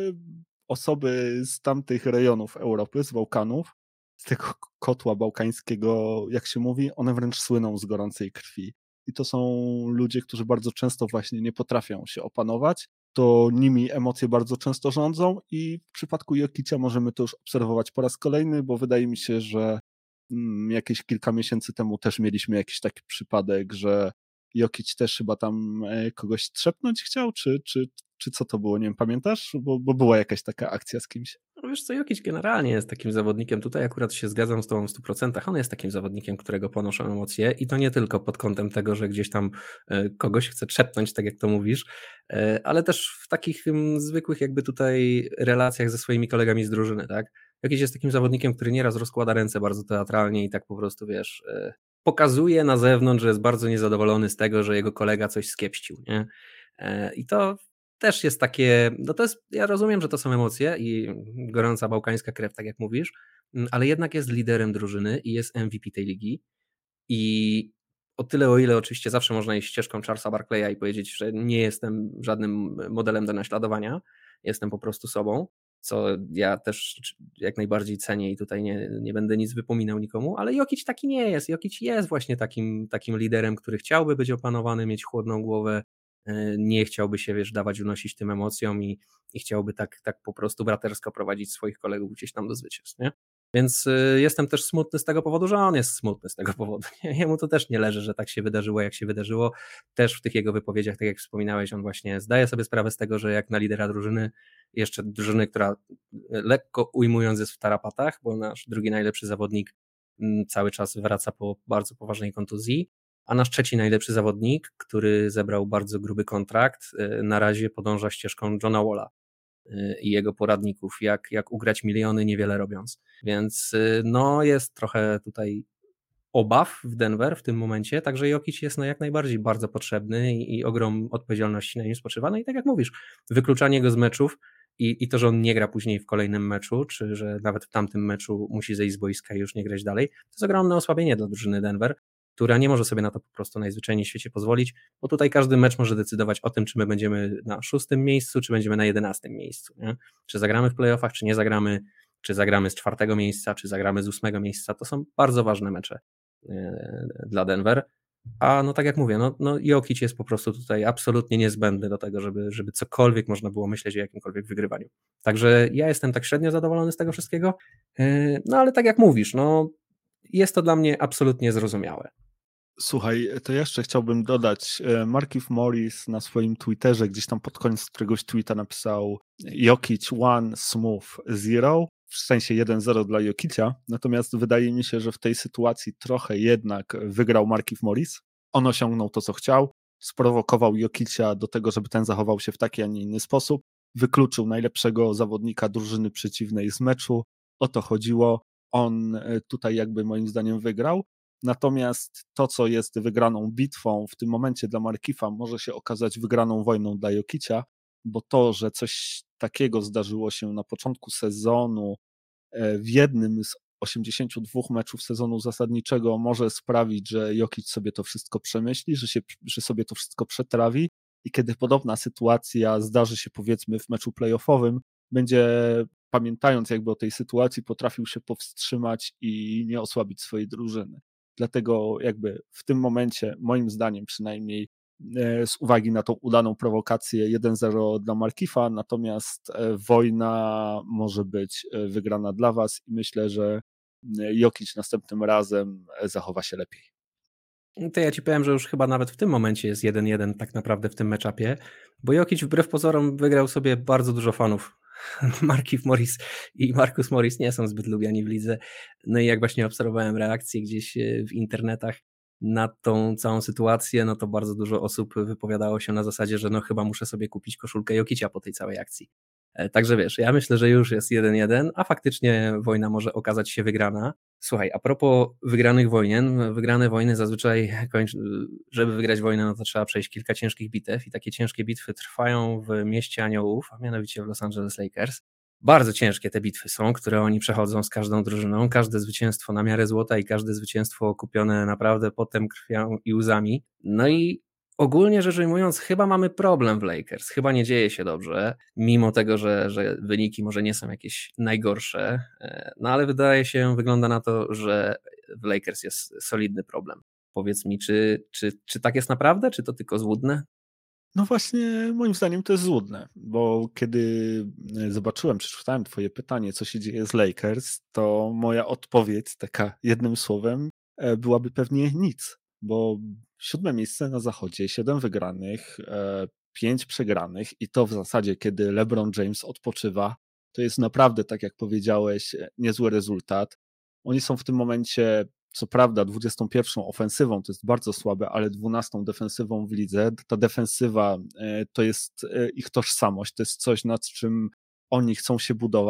osoby z tamtych rejonów Europy, z Bałkanów, z tego kotła bałkańskiego, jak się mówi, one wręcz słyną z gorącej krwi. I to są ludzie, którzy bardzo często właśnie nie potrafią się opanować, to nimi emocje bardzo często rządzą i w przypadku Jokicia możemy to już obserwować po raz kolejny, bo wydaje mi się, że jakieś kilka miesięcy temu też mieliśmy jakiś taki przypadek, że Jokic też chyba tam kogoś trzepnąć chciał, czy, czy, czy co to było, nie wiem, pamiętasz? Bo, bo była jakaś taka akcja z kimś. No wiesz co, Jokic generalnie jest takim zawodnikiem, tutaj akurat się zgadzam z tobą w stu procentach, on jest takim zawodnikiem, którego ponoszą emocje i to nie tylko pod kątem tego, że gdzieś tam kogoś chce trzepnąć, tak jak to mówisz, ale też w takich zwykłych jakby tutaj relacjach ze swoimi kolegami z drużyny, tak? Jokic jest takim zawodnikiem, który nieraz rozkłada ręce bardzo teatralnie i tak po prostu, wiesz, pokazuje na zewnątrz, że jest bardzo niezadowolony z tego, że jego kolega coś skiepścił, nie? I to też jest takie, no to jest, ja rozumiem, że to są emocje i gorąca bałkańska krew, tak jak mówisz, ale jednak jest liderem drużyny i jest M V P tej ligi i o tyle, o ile oczywiście zawsze można iść ścieżką Charlesa Barkleya i powiedzieć, że nie jestem żadnym modelem do naśladowania, jestem po prostu sobą, co ja też jak najbardziej cenię i tutaj nie, nie będę nic wypominał nikomu, ale Jokic taki nie jest. Jokic jest właśnie takim, takim liderem, który chciałby być opanowany, mieć chłodną głowę, nie chciałby się, wiesz, dawać unosić tym emocjom i, i chciałby tak, tak po prostu bratersko prowadzić swoich kolegów gdzieś tam do zwycięstw, nie? Więc y, jestem też smutny z tego powodu, że on jest smutny z tego powodu. Jemu to też nie leży, że tak się wydarzyło, jak się wydarzyło. Też w tych jego wypowiedziach, tak jak wspominałeś, on właśnie zdaje sobie sprawę z tego, że jak na lidera drużyny, jeszcze drużyny, która lekko ujmując jest w tarapatach, bo nasz drugi najlepszy zawodnik cały czas wraca po bardzo poważnej kontuzji, a nasz trzeci najlepszy zawodnik, który zebrał bardzo gruby kontrakt, na razie podąża ścieżką Johna Walla i jego poradników, jak, jak ugrać miliony niewiele robiąc. Więc no jest trochę tutaj obaw w Denver w tym momencie, także Jokic jest no jak najbardziej bardzo potrzebny i, i ogrom odpowiedzialności na nim spoczywa. No i tak jak mówisz, wykluczanie go z meczów i, i to, że on nie gra później w kolejnym meczu, czy że nawet w tamtym meczu musi zejść z boiska i już nie grać dalej, to jest ogromne osłabienie dla drużyny Denver, która nie może sobie na to po prostu najzwyczajniej w świecie pozwolić, bo tutaj każdy mecz może decydować o tym, czy my będziemy na szóstym miejscu, czy będziemy na jedenastym miejscu. Nie? Czy zagramy w playoffach, czy nie zagramy, czy zagramy z czwartego miejsca, czy zagramy z ósmego miejsca. To są bardzo ważne mecze dla Denver. A no tak jak mówię, no, no Jokic jest po prostu tutaj absolutnie niezbędny do tego, żeby, żeby cokolwiek można było myśleć o jakimkolwiek wygrywaniu. Także ja jestem tak średnio zadowolony z tego wszystkiego, no ale tak jak mówisz, no jest to dla mnie absolutnie zrozumiałe. Słuchaj, to jeszcze chciałbym dodać, Markieff Morris na swoim Twitterze gdzieś tam pod koniec któregoś tweeta napisał Jokic one, smooth, zero, w sensie jeden zero dla Jokicia, natomiast wydaje mi się, że w tej sytuacji trochę jednak wygrał Markieff Morris. On osiągnął to, co chciał, sprowokował Jokicia do tego, żeby ten zachował się w taki, a nie inny sposób, wykluczył najlepszego zawodnika drużyny przeciwnej z meczu, o to chodziło, on tutaj jakby moim zdaniem wygrał. Natomiast to, co jest wygraną bitwą w tym momencie dla Markieffa, może się okazać wygraną wojną dla Jokicia, bo to, że coś takiego zdarzyło się na początku sezonu w jednym z osiemdziesięciu dwóch meczów sezonu zasadniczego, może sprawić, że Jokic sobie to wszystko przemyśli, że, się, że sobie to wszystko przetrawi i kiedy podobna sytuacja zdarzy się powiedzmy w meczu playoffowym, będzie pamiętając jakby o tej sytuacji potrafił się powstrzymać i nie osłabić swojej drużyny. Dlatego jakby w tym momencie, moim zdaniem przynajmniej z uwagi na tą udaną prowokację jeden zero dla Markieffa, natomiast wojna może być wygrana dla was i myślę, że Jokic następnym razem zachowa się lepiej. To ja ci powiem, że już chyba nawet w tym momencie jest jeden jeden tak naprawdę w tym meczapie, bo Jokic wbrew pozorom wygrał sobie bardzo dużo fanów. Markieff Morris i Marcus Morris nie są zbyt lubiani w lidze. No i jak właśnie obserwowałem reakcje gdzieś w internetach na tą całą sytuację, no to bardzo dużo osób wypowiadało się na zasadzie, że no chyba muszę sobie kupić koszulkę Jokicia po tej całej akcji. Także wiesz, ja myślę, że już jest jeden jeden, a faktycznie wojna może okazać się wygrana. Słuchaj, a propos wygranych wojen, wygrane wojny zazwyczaj, żeby wygrać wojnę, no to trzeba przejść kilka ciężkich bitew i takie ciężkie bitwy trwają w mieście aniołów, a mianowicie w Los Angeles Lakers. Bardzo ciężkie te bitwy są, które oni przechodzą z każdą drużyną, każde zwycięstwo na miarę złota i każde zwycięstwo kupione naprawdę potem krwią i łzami. No i ogólnie rzecz ujmując, chyba mamy problem w Lakers, chyba nie dzieje się dobrze, mimo tego, że, że wyniki może nie są jakieś najgorsze, no ale wydaje się, wygląda na to, że w Lakers jest solidny problem. Powiedz mi, czy, czy, czy tak jest naprawdę, czy to tylko złudne? No właśnie, moim zdaniem to jest złudne, bo kiedy zobaczyłem, przeczytałem twoje pytanie, co się dzieje z Lakers, to moja odpowiedź, taka jednym słowem, byłaby pewnie nic, bo siódme miejsce na zachodzie, siedem wygranych, pięć przegranych i to w zasadzie, kiedy LeBron James odpoczywa, to jest naprawdę, tak jak powiedziałeś, niezły rezultat. Oni są w tym momencie, co prawda, dwudziestą pierwszą ofensywą, to jest bardzo słabe, ale dwunastą defensywą w lidze. Ta defensywa to jest ich tożsamość, to jest coś, nad czym oni chcą się budować.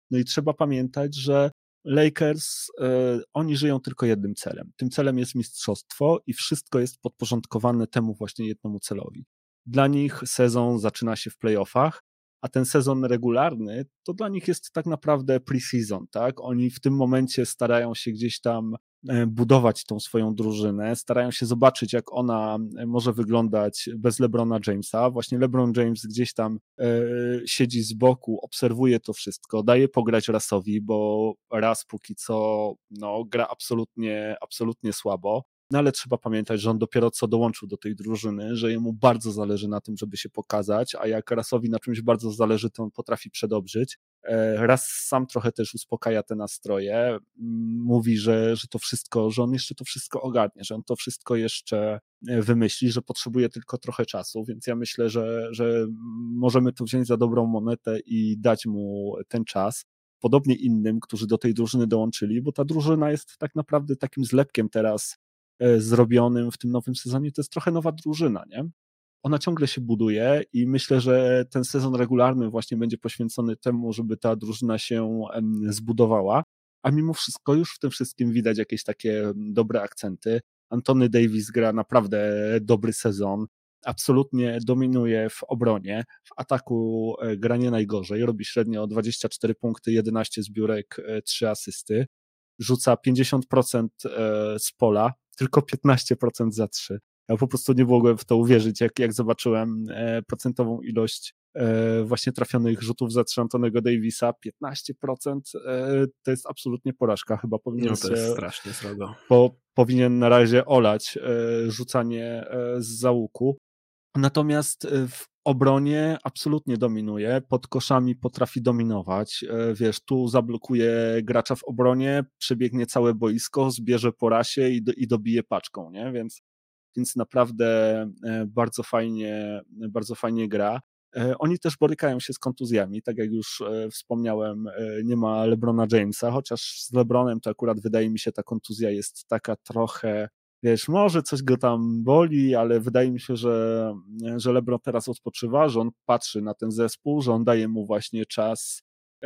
No i trzeba pamiętać, że Lakers, e, oni żyją tylko jednym celem. Tym celem jest mistrzostwo i wszystko jest podporządkowane temu właśnie jednemu celowi. Dla nich sezon zaczyna się w playoffach, a ten sezon regularny to dla nich jest tak naprawdę pre-season, tak? Oni w tym momencie starają się gdzieś tam budować tą swoją drużynę, starają się zobaczyć, jak ona może wyglądać bez LeBrona Jamesa. Właśnie LeBron James gdzieś tam e, siedzi z boku, obserwuje to wszystko, daje pograć Russowi, bo Russ póki co no, gra absolutnie, absolutnie słabo. No ale trzeba pamiętać, że on dopiero co dołączył do tej drużyny, że jemu bardzo zależy na tym, żeby się pokazać, a jak Russowi na czymś bardzo zależy, to on potrafi przedobrzyć. Raz sam trochę też uspokaja te nastroje, mówi, że, że to wszystko, że on jeszcze to wszystko ogarnie, że on to wszystko jeszcze wymyśli, że potrzebuje tylko trochę czasu, więc ja myślę, że, że możemy to wziąć za dobrą monetę i dać mu ten czas. Podobnie innym, którzy do tej drużyny dołączyli, bo ta drużyna jest tak naprawdę takim zlepkiem teraz zrobionym w tym nowym sezonie, to jest trochę nowa drużyna, nie? Ona ciągle się buduje i myślę, że ten sezon regularny właśnie będzie poświęcony temu, żeby ta drużyna się zbudowała, a mimo wszystko już w tym wszystkim widać jakieś takie dobre akcenty. Anthony Davis gra naprawdę dobry sezon, absolutnie dominuje w obronie, w ataku gra nie najgorzej, robi średnio dwadzieścia cztery punkty, jedenaście zbiórek, trzy asysty, rzuca pięćdziesiąt procent z pola, tylko piętnaście procent za trzy. Ja po prostu nie mogłem w to uwierzyć, jak, jak zobaczyłem e, procentową ilość e, właśnie trafionych rzutów za trzy Antonego Davisa. piętnaście procent e, to jest absolutnie porażka. Chyba powinien No to jest się, strasznie srogo. Po, powinien na razie olać e, rzucanie e, z załuku. Natomiast w obronie absolutnie dominuje, pod koszami potrafi dominować, wiesz, tu zablokuje gracza w obronie, przebiegnie całe boisko, zbierze po rasie i, do, i dobije paczką, nie? Więc, więc naprawdę bardzo fajnie, bardzo fajnie gra. Oni też borykają się z kontuzjami, tak jak już wspomniałem, nie ma LeBrona Jamesa, chociaż z LeBronem to akurat wydaje mi się ta kontuzja jest taka trochę, wiesz, może coś go tam boli, ale wydaje mi się, że, że LeBron teraz odpoczywa, że on patrzy na ten zespół, że on daje mu właśnie czas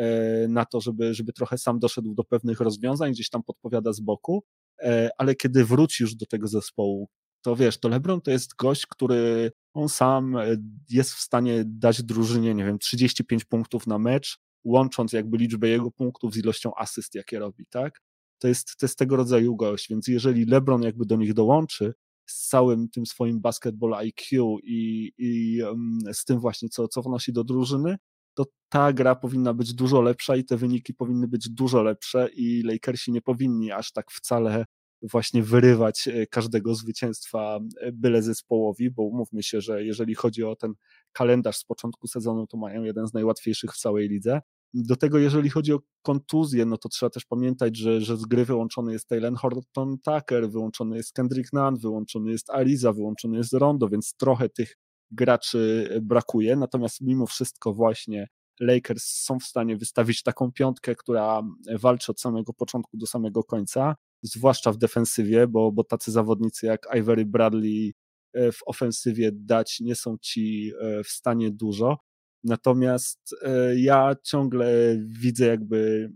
na to, żeby, żeby trochę sam doszedł do pewnych rozwiązań, gdzieś tam podpowiada z boku, ale kiedy wróci już do tego zespołu, to wiesz, to LeBron to jest gość, który on sam jest w stanie dać drużynie, nie wiem, trzydzieści pięć punktów na mecz, łącząc jakby liczbę jego punktów z ilością asyst, jakie robi, tak? To jest, to jest tego rodzaju gość, więc jeżeli LeBron jakby do nich dołączy z całym tym swoim basketball I Q i, i um, z tym właśnie, co, co wnosi do drużyny, to ta gra powinna być dużo lepsza i te wyniki powinny być dużo lepsze i Lakersi nie powinni aż tak wcale właśnie wyrywać każdego zwycięstwa byle zespołowi, bo umówmy się, że jeżeli chodzi o ten kalendarz z początku sezonu, to mają jeden z najłatwiejszych w całej lidze. Do tego, jeżeli chodzi o kontuzję, no to trzeba też pamiętać, że, że z gry wyłączony jest Talen Horton-Tucker, wyłączony jest Kendrick Nunn, wyłączony jest Ariza, wyłączony jest Rondo, więc trochę tych graczy brakuje, natomiast mimo wszystko właśnie Lakers są w stanie wystawić taką piątkę, która walczy od samego początku do samego końca, zwłaszcza w defensywie, bo, bo tacy zawodnicy jak Ivory Bradley w ofensywie dać nie są ci w stanie dużo. Natomiast ja ciągle widzę jakby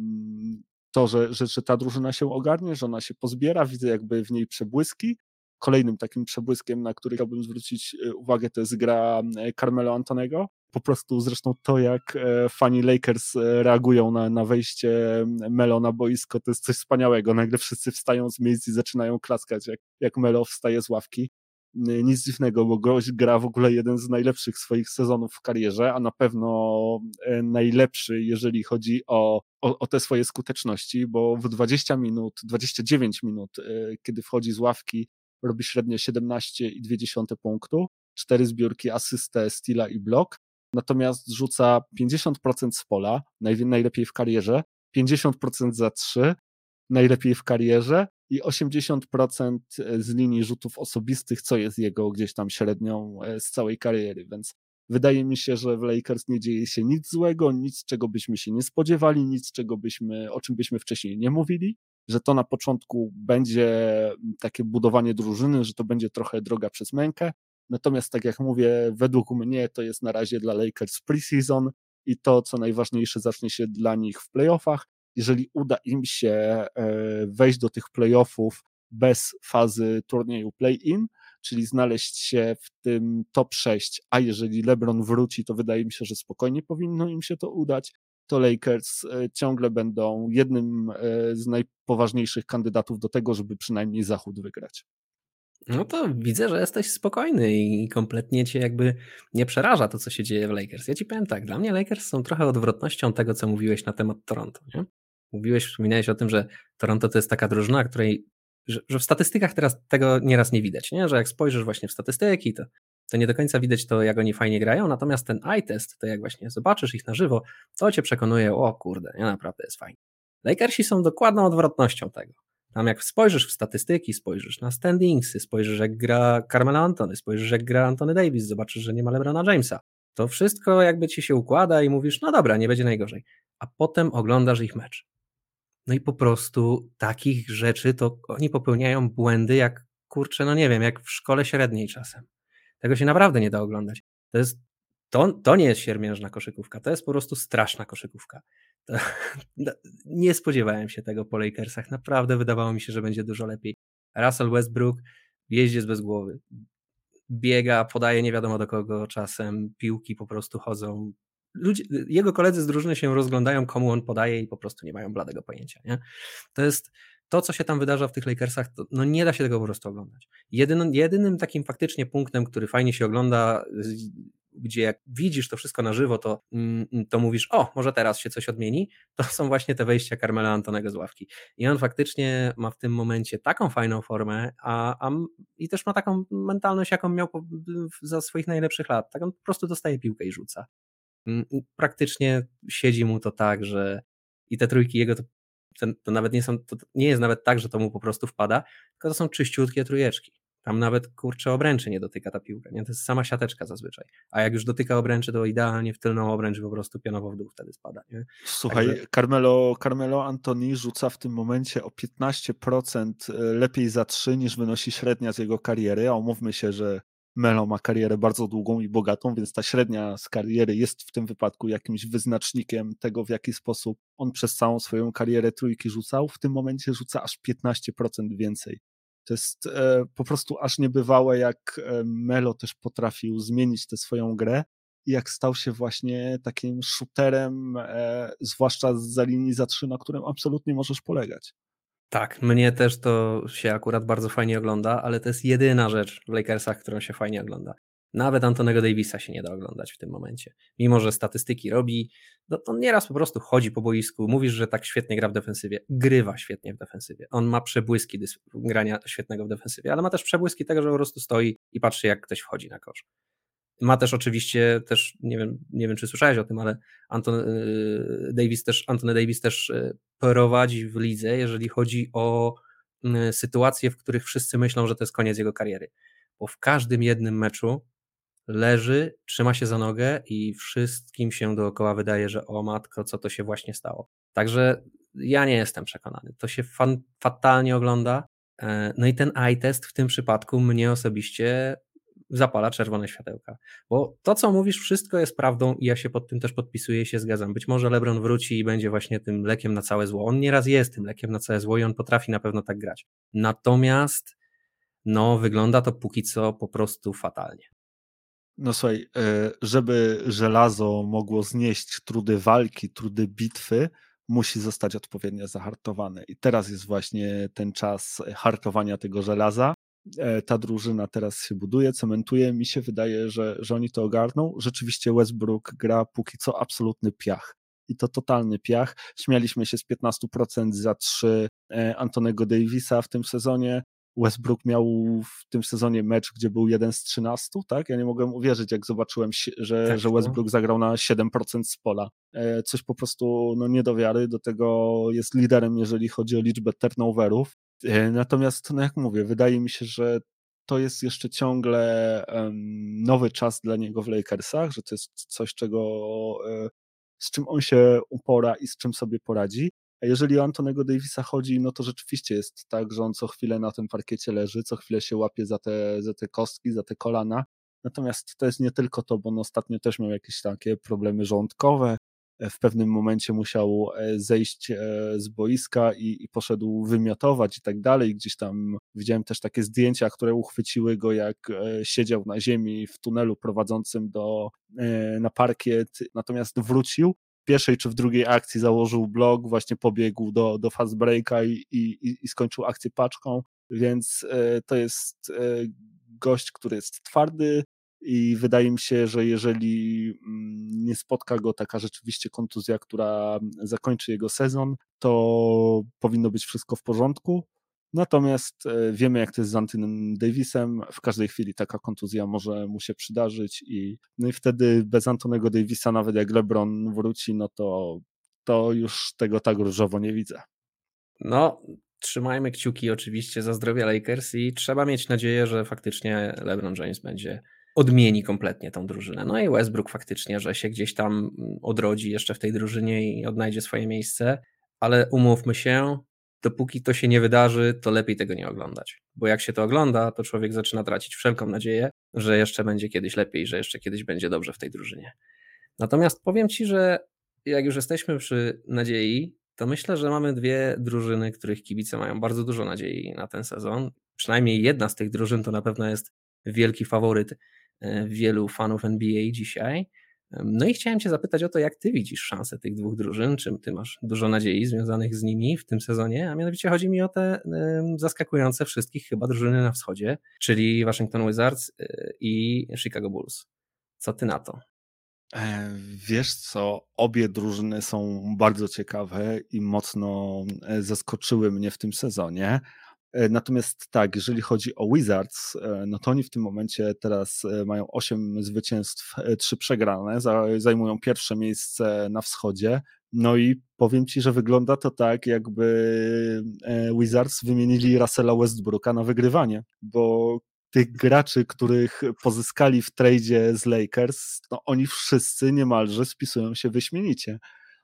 to, że, że, że ta drużyna się ogarnie, że ona się pozbiera, widzę jakby w niej przebłyski. Kolejnym takim przebłyskiem, na który chciałbym zwrócić uwagę, to jest gra Carmelo Antonego. Po prostu zresztą to, jak fani Lakers reagują na, na wejście Melo na boisko, to jest coś wspaniałego. Nagle wszyscy wstają z miejsc i zaczynają klaskać, jak, jak Melo wstaje z ławki. Nic dziwnego, bo gość gra w ogóle jeden z najlepszych swoich sezonów w karierze, a na pewno najlepszy, jeżeli chodzi o, o, o te swoje skuteczności, bo w dwadzieścia minut, dwadzieścia dziewięć minut, kiedy wchodzi z ławki, robi średnio siedemnaście i dwie dziesiąte punktu, cztery zbiórki, asystę, steala i blok, natomiast rzuca pięćdziesiąt procent z pola, naj, najlepiej w karierze, pięćdziesiąt procent za trzy, najlepiej w karierze i osiemdziesiąt procent z linii rzutów osobistych, co jest jego gdzieś tam średnią z całej kariery, więc wydaje mi się, że w Lakers nie dzieje się nic złego, nic, czego byśmy się nie spodziewali, nic, czego byśmy, o czym byśmy wcześniej nie mówili, że to na początku będzie takie budowanie drużyny, że to będzie trochę droga przez mękę, natomiast tak jak mówię, według mnie to jest na razie dla Lakers pre-season i to, co najważniejsze, zacznie się dla nich w playoffach. Jeżeli uda im się wejść do tych playoffów bez fazy turnieju play-in, czyli znaleźć się w tym top sześć, a jeżeli LeBron wróci, to wydaje mi się, że spokojnie powinno im się to udać, to Lakers ciągle będą jednym z najpoważniejszych kandydatów do tego, żeby przynajmniej Zachód wygrać. No to widzę, że jesteś spokojny i kompletnie cię jakby nie przeraża to, co się dzieje w Lakers. Ja ci powiem tak, dla mnie Lakers są trochę odwrotnością tego, co mówiłeś na temat Toronto, nie? Mówiłeś, wspominałeś o tym, że Toronto to jest taka drużyna, której, że, że w statystykach teraz tego nieraz nie widać, nie? Że jak spojrzysz właśnie w statystyki, to, to nie do końca widać to, jak oni fajnie grają, natomiast ten eye test, to jak właśnie zobaczysz ich na żywo, to cię przekonuje, o kurde, nie, naprawdę jest fajnie. Lakersi są dokładną odwrotnością tego. Tam jak spojrzysz w statystyki, spojrzysz na standingsy, spojrzysz jak gra Carmelo Anthony, spojrzysz jak gra Anthony Davis, zobaczysz, że nie ma LeBrona Jamesa. To wszystko jakby ci się układa i mówisz, no dobra, nie będzie najgorzej. A potem oglądasz ich mecz. No i po prostu takich rzeczy to oni popełniają błędy jak, kurczę, no nie wiem, jak w szkole średniej czasem. Tego się naprawdę nie da oglądać. To jest, to, to nie jest siermiężna koszykówka, to jest po prostu straszna koszykówka. To, nie spodziewałem się tego po Lakersach, naprawdę wydawało mi się, że będzie dużo lepiej. Russell Westbrook jeździ bez głowy, biega, podaje nie wiadomo do kogo czasem, piłki po prostu chodzą. Ludzie, jego koledzy z drużyny się rozglądają, komu on podaje i po prostu nie mają bladego pojęcia. Nie? To jest to, co się tam wydarza w tych Lakersach, to, no nie da się tego po prostu oglądać. Jedynym, jedynym takim faktycznie punktem, który fajnie się ogląda, gdzie jak widzisz to wszystko na żywo, to, to mówisz, o, może teraz się coś odmieni, to są właśnie te wejścia Carmela Antonego z ławki. I on faktycznie ma w tym momencie taką fajną formę, a, a i też ma taką mentalność, jaką miał po, za swoich najlepszych lat. Tak on po prostu dostaje piłkę i rzuca. Praktycznie siedzi mu to tak, że i te trójki jego to, to, to nawet nie są, to nie jest nawet tak, że to mu po prostu wpada, tylko to są czyściutkie trójeczki. Tam nawet, kurczę, obręczy nie dotyka ta piłka, nie? To jest sama siateczka zazwyczaj. A jak już dotyka obręczy, to idealnie w tylną obręcz po prostu pionowo w dół wtedy spada, nie? Słuchaj, Także... Carmelo, Carmelo Anthony rzuca w tym momencie o piętnaście procent lepiej za trzy niż wynosi średnia z jego kariery, a umówmy się, że Melo ma karierę bardzo długą i bogatą, więc ta średnia z kariery jest w tym wypadku jakimś wyznacznikiem tego, w jaki sposób on przez całą swoją karierę trójki rzucał. W tym momencie rzuca aż piętnaście procent więcej. To jest e, po prostu aż niebywałe, jak Melo też potrafił zmienić tę swoją grę i jak stał się właśnie takim shooterem, e, zwłaszcza za linii za trzy, na którym absolutnie możesz polegać. Tak, mnie też to się akurat bardzo fajnie ogląda, ale to jest jedyna rzecz w Lakersach, którą się fajnie ogląda. Nawet Antonego Davisa się nie da oglądać w tym momencie. Mimo że statystyki robi, no to nieraz po prostu chodzi po boisku, mówisz, że tak świetnie gra w defensywie, grywa świetnie w defensywie. On ma przebłyski dys- grania świetnego w defensywie, ale ma też przebłyski tego, że po prostu stoi i patrzy, jak ktoś wchodzi na kosz. Ma też oczywiście, też nie wiem, nie wiem czy słyszałeś o tym, ale Anton Davis też, Anthony Davis też prowadzi w lidze, jeżeli chodzi o sytuacje, w których wszyscy myślą, że to jest koniec jego kariery. Bo w każdym jednym meczu leży, trzyma się za nogę i wszystkim się dookoła wydaje, że o matko, co to się właśnie stało. Także ja nie jestem przekonany. To się fan, fatalnie ogląda. No i ten eye test w tym przypadku mnie osobiście zapala czerwone światełka. Bo to, co mówisz, wszystko jest prawdą i ja się pod tym też podpisuję i się zgadzam. Być może LeBron wróci i będzie właśnie tym lekiem na całe zło. On nieraz jest tym lekiem na całe zło i on potrafi na pewno tak grać. Natomiast no, wygląda to póki co po prostu fatalnie. No słuchaj, żeby żelazo mogło znieść trudy walki, trudy bitwy, musi zostać odpowiednio zahartowane. I teraz jest właśnie ten czas hartowania tego żelaza. Ta drużyna teraz się buduje, cementuje. Mi się wydaje, że, że oni to ogarną. Rzeczywiście Westbrook gra póki co absolutny piach. I to totalny piach. Śmialiśmy się z piętnaście procent za trzy Antonego Davisa w tym sezonie. Westbrook miał w tym sezonie mecz, gdzie był jeden z trzynastu, tak? Ja nie mogłem uwierzyć, jak zobaczyłem, że, tak, że Westbrook no. zagrał na siedem procent z pola. Coś po prostu no, nie do wiary. Do tego jest liderem, jeżeli chodzi o liczbę turnoverów. Natomiast, no jak mówię, wydaje mi się, że to jest jeszcze ciągle um, nowy czas dla niego w Lakersach, że to jest coś, czego, e, z czym on się upora i z czym sobie poradzi. A jeżeli o Antonego Davisa chodzi, no to rzeczywiście jest tak, że on co chwilę na tym parkiecie leży, co chwilę się łapie za te, za te kostki, za te kolana. natomiast to jest nie tylko to, bo on ostatnio też miał jakieś takie problemy żołądkowe, w pewnym momencie musiał zejść z boiska i, i poszedł wymiotować i tak dalej. Gdzieś tam widziałem też takie zdjęcia, które uchwyciły go, jak siedział na ziemi w tunelu prowadzącym do, na parkiet, natomiast wrócił. W pierwszej czy w drugiej akcji założył blok, właśnie pobiegł do, do fast breaka i, i, i skończył akcję paczką, więc to jest gość, który jest twardy, i wydaje mi się, że jeżeli nie spotka go taka rzeczywiście kontuzja, która zakończy jego sezon, to powinno być wszystko w porządku. Natomiast wiemy, jak to jest z Antonym Davisem. W każdej chwili taka kontuzja może mu się przydarzyć i, no i wtedy bez Antonego Davisa, nawet jak LeBron wróci, no to, to już tego tak różowo nie widzę. No, trzymajmy kciuki oczywiście za zdrowie Lakers i trzeba mieć nadzieję, że faktycznie LeBron James będzie odmieni kompletnie tą drużynę. No i Westbrook faktycznie, że się gdzieś tam odrodzi jeszcze w tej drużynie i odnajdzie swoje miejsce, ale umówmy się, dopóki to się nie wydarzy, to lepiej tego nie oglądać. Bo jak się to ogląda, to człowiek zaczyna tracić wszelką nadzieję, że jeszcze będzie kiedyś lepiej, że jeszcze kiedyś będzie dobrze w tej drużynie. Natomiast powiem Ci, że jak już jesteśmy przy nadziei, to myślę, że mamy dwie drużyny, których kibice mają bardzo dużo nadziei na ten sezon. Przynajmniej jedna z tych drużyn to na pewno jest wielki faworyt wielu fanów N B A dzisiaj. No i chciałem Cię zapytać o to, jak Ty widzisz szanse tych dwóch drużyn, czym Ty masz dużo nadziei związanych z nimi w tym sezonie, a mianowicie chodzi mi o te zaskakujące wszystkich chyba drużyny na wschodzie, czyli Washington Wizards i Chicago Bulls. Co Ty na to? Wiesz co, obie drużyny są bardzo ciekawe i mocno zaskoczyły mnie w tym sezonie. Natomiast tak, jeżeli chodzi o Wizards, no to oni w tym momencie teraz mają osiem zwycięstw, trzy przegrane, zajmują pierwsze miejsce na wschodzie. No i powiem Ci, że wygląda to tak, jakby Wizards wymienili Russella Westbrooka na wygrywanie, bo tych graczy, których pozyskali w tradzie z Lakers, no oni wszyscy niemalże spisują się wyśmienicie.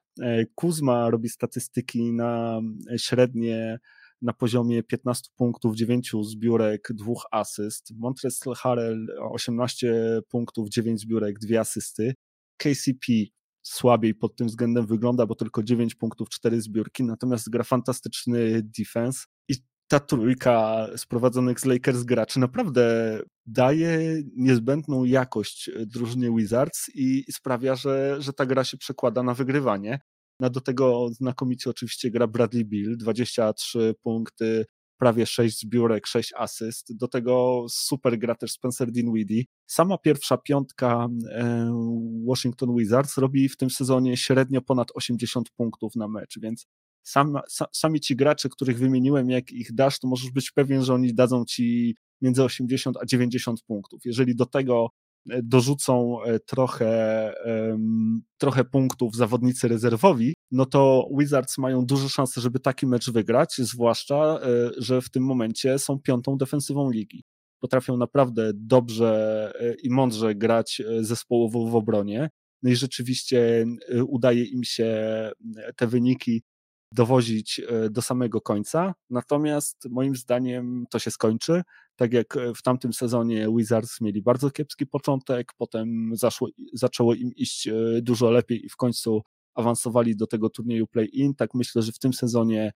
Kuzma robi statystyki na średnie na poziomie piętnaście punktów, dziewięć zbiórek, dwóch asyst. Montrezl Harrell osiemnaście punktów, dziewięć zbiórek, dwie asysty. K C P słabiej pod tym względem wygląda, bo tylko dziewięć punktów, cztery zbiórki, natomiast gra fantastyczny defense i ta trójka sprowadzonych z Lakers graczy naprawdę daje niezbędną jakość drużynie Wizards i sprawia, że, że ta gra się przekłada na wygrywanie. No do tego znakomicie oczywiście gra Bradley Beal, dwadzieścia trzy punkty, prawie sześć zbiórek, sześć asyst. Do tego super gra też Spencer Dinwiddie. Sama pierwsza piątka Washington Wizards robi w tym sezonie średnio ponad osiemdziesiąt punktów na mecz, więc sam, sa, sami ci gracze, których wymieniłem, jak ich dasz, to możesz być pewien, że oni dadzą ci między osiemdziesiąt a dziewięćdziesiąt punktów. Jeżeli do tego dorzucą trochę, um, trochę punktów zawodnicy rezerwowi, no to Wizards mają duże szanse, żeby taki mecz wygrać, zwłaszcza, że w tym momencie są piątą defensywą ligi. Potrafią naprawdę dobrze i mądrze grać zespołowo w obronie, no i rzeczywiście udaje im się te wyniki dowozić do samego końca, natomiast moim zdaniem to się skończy. Tak jak w tamtym sezonie Wizards mieli bardzo kiepski początek, potem zaszło, zaczęło im iść dużo lepiej i w końcu awansowali do tego turnieju play-in, tak myślę, że w tym sezonie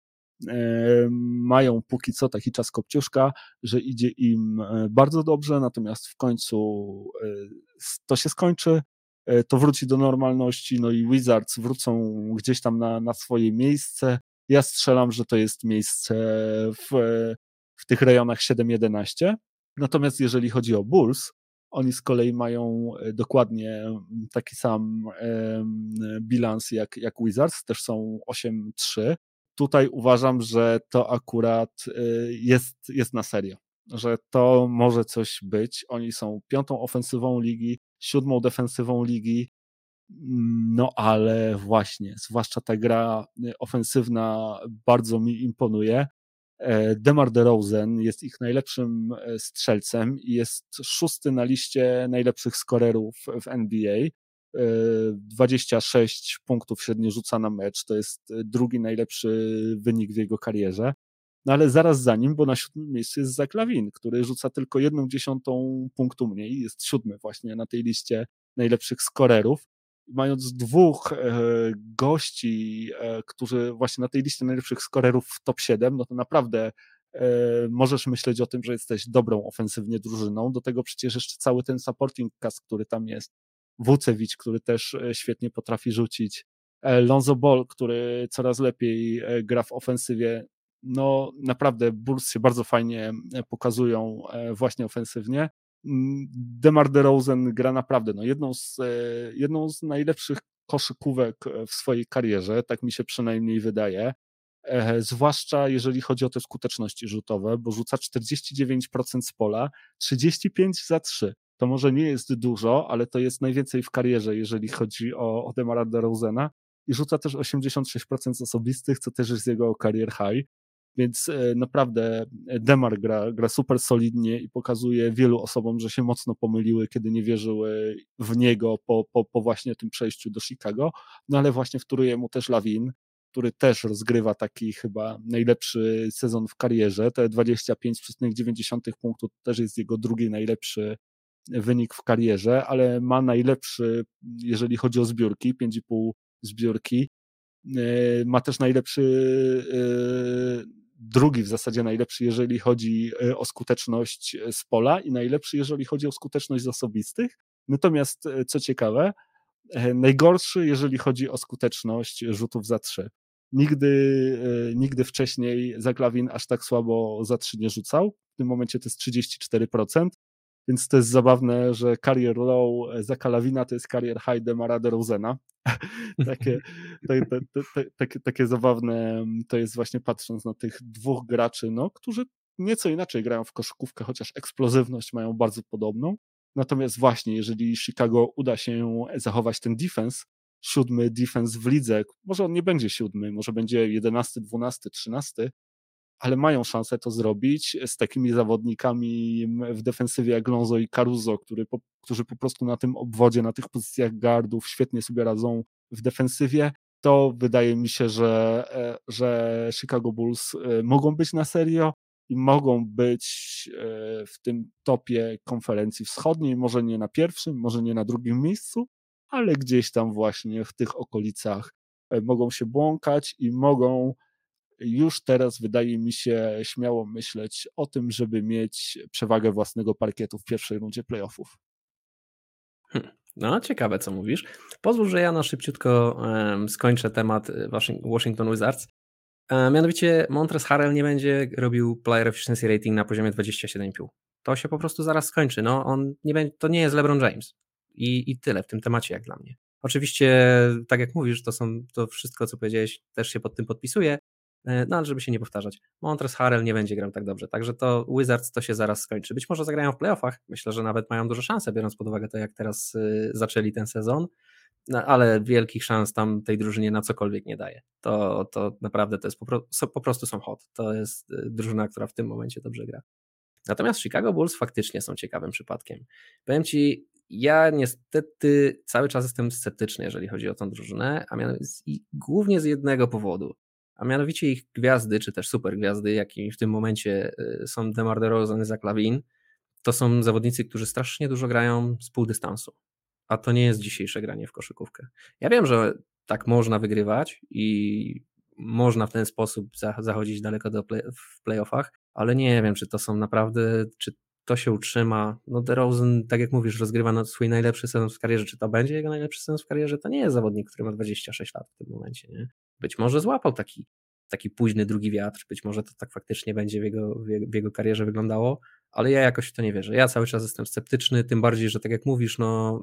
mają póki co taki czas kopciuszka, że idzie im bardzo dobrze, natomiast w końcu to się skończy, to wróci do normalności, no i Wizards wrócą gdzieś tam na, na swoje miejsce. Ja strzelam, że to jest miejsce w, w tych rejonach siedem jedenaście. Natomiast jeżeli chodzi o Bulls, oni z kolei mają dokładnie taki sam bilans jak, jak Wizards, też są osiem trzy. Tutaj uważam, że to akurat jest, jest na serio, że to może coś być. Oni są piątą ofensywą ligi, siódmą defensywą ligi, no ale właśnie, zwłaszcza ta gra ofensywna bardzo mi imponuje. DeMar DeRozan jest ich najlepszym strzelcem i jest szósty na liście najlepszych skorerów w N B A. dwadzieścia sześć punktów średnio rzuca na mecz, to jest drugi najlepszy wynik w jego karierze. no ale zaraz za nim, bo na siódmym miejscu jest Zach LaVine, który rzuca tylko jedną dziesiątą punktu mniej, jest siódmy właśnie na tej liście najlepszych skorerów. Mając dwóch e, gości, e, którzy właśnie na tej liście najlepszych skorerów w top siedem, no to naprawdę e, możesz myśleć o tym, że jesteś dobrą ofensywnie drużyną. Do tego przecież jeszcze cały ten supporting cast, który tam jest. Wucewicz, który też świetnie potrafi rzucić. Lonzo Ball, który coraz lepiej gra w ofensywie. No naprawdę Bulls się bardzo fajnie pokazują właśnie ofensywnie. DeMar DeRozan gra naprawdę no, jedną, z, jedną z najlepszych koszykówek w swojej karierze, tak mi się przynajmniej wydaje. Zwłaszcza jeżeli chodzi o te skuteczności rzutowe, bo rzuca czterdzieści dziewięć procent z pola, trzydzieści pięć za trzy. To może nie jest dużo, ale to jest najwięcej w karierze, jeżeli chodzi o, o DeMara DeRozana. I rzuca też osiemdziesiąt sześć procent z osobistych, co też jest jego career high. Więc naprawdę DeMar gra, gra super solidnie i pokazuje wielu osobom, że się mocno pomyliły, kiedy nie wierzyły w niego po, po, po właśnie tym przejściu do Chicago. No ale właśnie wtóruje mu też LaVine, który też rozgrywa taki chyba najlepszy sezon w karierze. Te dwadzieścia pięć przecinek dziewięć punktów to też jest jego drugi najlepszy wynik w karierze, ale ma najlepszy, jeżeli chodzi o zbiórki, pięć i pół zbiórki. Ma też najlepszy, drugi w zasadzie najlepszy, jeżeli chodzi o skuteczność z pola i najlepszy, jeżeli chodzi o skuteczność z osobistych. Natomiast, co ciekawe, najgorszy, jeżeli chodzi o skuteczność rzutów za trzy. Nigdy, nigdy wcześniej Zach LaVine aż tak słabo za trzy nie rzucał. W tym momencie to jest trzydzieści cztery procent. Więc to jest zabawne, że career low Zacha LaVina to jest career high DeMara DeRozana. takie, te, te, te, takie, takie zabawne to jest właśnie patrząc na tych dwóch graczy, no, którzy nieco inaczej grają w koszykówkę, chociaż eksplozywność mają bardzo podobną. Natomiast właśnie, jeżeli Chicago uda się zachować ten defense, siódmy defense w lidze, może on nie będzie siódmy, może będzie jedenasty, dwunasty, trzynasty, ale mają szansę to zrobić z takimi zawodnikami w defensywie jak Lonzo i Caruso, który po, którzy po prostu na tym obwodzie, na tych pozycjach guardów świetnie sobie radzą w defensywie, to wydaje mi się, że, że Chicago Bulls mogą być na serio i mogą być w tym topie konferencji wschodniej, może nie na pierwszym, może nie na drugim miejscu, ale gdzieś tam właśnie w tych okolicach mogą się błąkać i mogą już teraz wydaje mi się śmiało myśleć o tym, żeby mieć przewagę własnego parkietu w pierwszej rundzie playoffów. Hmm. No, ciekawe, co mówisz. Pozwól, że ja na szybciutko um, skończę temat Washington Wizards. Um, mianowicie Montrezl Harrell nie będzie robił player efficiency rating na poziomie dwadzieścia siedem i pół. To się po prostu zaraz skończy. No, on nie będzie, to nie jest LeBron James. I, I tyle w tym temacie jak dla mnie. Oczywiście, tak jak mówisz, to są to wszystko, co powiedziałeś, też się pod tym podpisuje. No ale żeby się nie powtarzać, Montrezl Harrell nie będzie grał tak dobrze, także to Wizards to się zaraz skończy. Być może zagrają w playoffach, myślę, że nawet mają duże szanse, biorąc pod uwagę to, jak teraz y, zaczęli ten sezon, no, ale wielkich szans tam tej drużynie na cokolwiek nie daje. To, to naprawdę to jest po, pro, po prostu są hot. To jest y, drużyna, która w tym momencie dobrze gra. Natomiast Chicago Bulls faktycznie są ciekawym przypadkiem. Powiem Ci, ja niestety cały czas jestem sceptyczny, jeżeli chodzi o tą drużynę, a mianowicie głównie z jednego powodu. A mianowicie ich gwiazdy, czy też super gwiazdy, jakimi w tym momencie są DeMar DeRozan i Zach LaVine, to są zawodnicy, którzy strasznie dużo grają z półdystansu. A to nie jest dzisiejsze granie w koszykówkę. Ja wiem, że tak można wygrywać i można w ten sposób zachodzić daleko do play, w playoffach, ale nie wiem, czy to są naprawdę, czy to się utrzyma. No DeRozan, tak jak mówisz, rozgrywa na swój najlepszy sezon w karierze. Czy to będzie jego najlepszy sezon w karierze? To nie jest zawodnik, który ma dwadzieścia sześć lat w tym momencie, nie? Być może złapał taki, taki późny drugi wiatr, być może to tak faktycznie będzie w jego, w jego, w jego karierze wyglądało, ale ja jakoś w to nie wierzę. Ja cały czas jestem sceptyczny, tym bardziej, że tak jak mówisz, no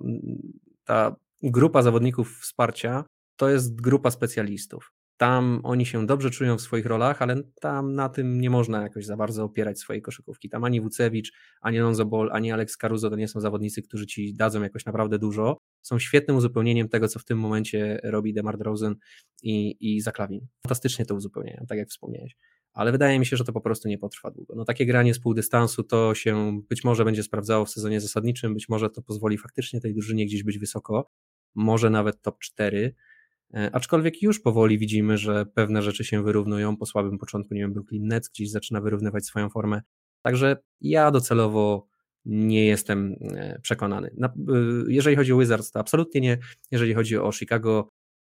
ta grupa zawodników wsparcia to jest grupa specjalistów. Tam oni się dobrze czują w swoich rolach, ale tam na tym nie można jakoś za bardzo opierać swojej koszykówki. Tam ani Wucewicz, ani Lonzo Ball, ani Alex Caruso to nie są zawodnicy, którzy ci dadzą jakoś naprawdę dużo. Są świetnym uzupełnieniem tego, co w tym momencie robi DeMar DeRozan i, i Zach LaVine. Fantastycznie to uzupełniają, tak jak wspomniałeś. Ale wydaje mi się, że to po prostu nie potrwa długo. No takie granie z półdystansu to się być może będzie sprawdzało w sezonie zasadniczym, być może to pozwoli faktycznie tej drużynie gdzieś być wysoko, może nawet top cztery. Aczkolwiek już powoli widzimy, że pewne rzeczy się wyrównują. Po słabym początku, nie wiem, Brooklyn Nets gdzieś zaczyna wyrównywać swoją formę. Także ja docelowo nie jestem przekonany. Jeżeli chodzi o Wizards, to absolutnie nie. Jeżeli chodzi o Chicago,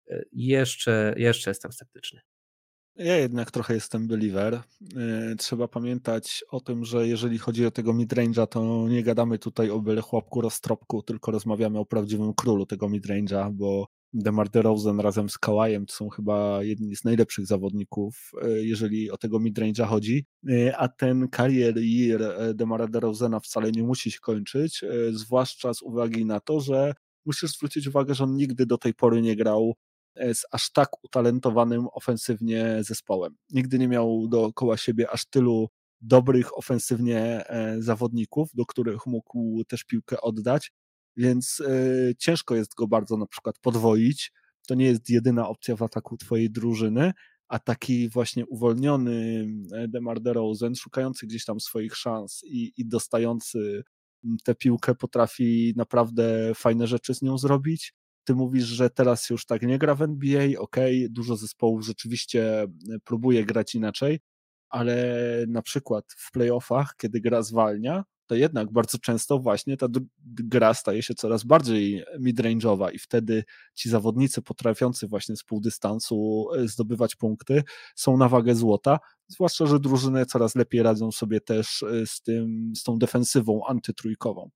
jeszcze, jeszcze jestem sceptyczny. Ja jednak trochę jestem believer. Trzeba pamiętać o tym, że jeżeli chodzi o tego midrange'a, to nie gadamy tutaj o byle chłopku roztropku, tylko rozmawiamy o prawdziwym królu tego midrange'a, bo DeMar DeRozan razem z Kawajem to są chyba jedni z najlepszych zawodników, jeżeli o tego midrange'a chodzi, a ten career year DeMara DeRozana wcale nie musi się kończyć, zwłaszcza z uwagi na to, że musisz zwrócić uwagę, że on nigdy do tej pory nie grał z aż tak utalentowanym ofensywnie zespołem. Nigdy nie miał dookoła siebie aż tylu dobrych ofensywnie zawodników, do których mógł też piłkę oddać, więc ciężko jest go bardzo na przykład podwoić. To nie jest jedyna opcja w ataku twojej drużyny, a taki właśnie uwolniony DeMar DeRozan, szukający gdzieś tam swoich szans i, i dostający tę piłkę, potrafi naprawdę fajne rzeczy z nią zrobić. Ty mówisz, że teraz już tak nie gra w N B A, okej, okay, dużo zespołów rzeczywiście próbuje grać inaczej, ale na przykład w playoffach, kiedy gra zwalnia, to jednak bardzo często właśnie ta gra staje się coraz bardziej midrange'owa i wtedy ci zawodnicy potrafiący właśnie z półdystansu zdobywać punkty są na wagę złota, zwłaszcza, że drużyny coraz lepiej radzą sobie też z tym, z tą defensywą antytrójkową.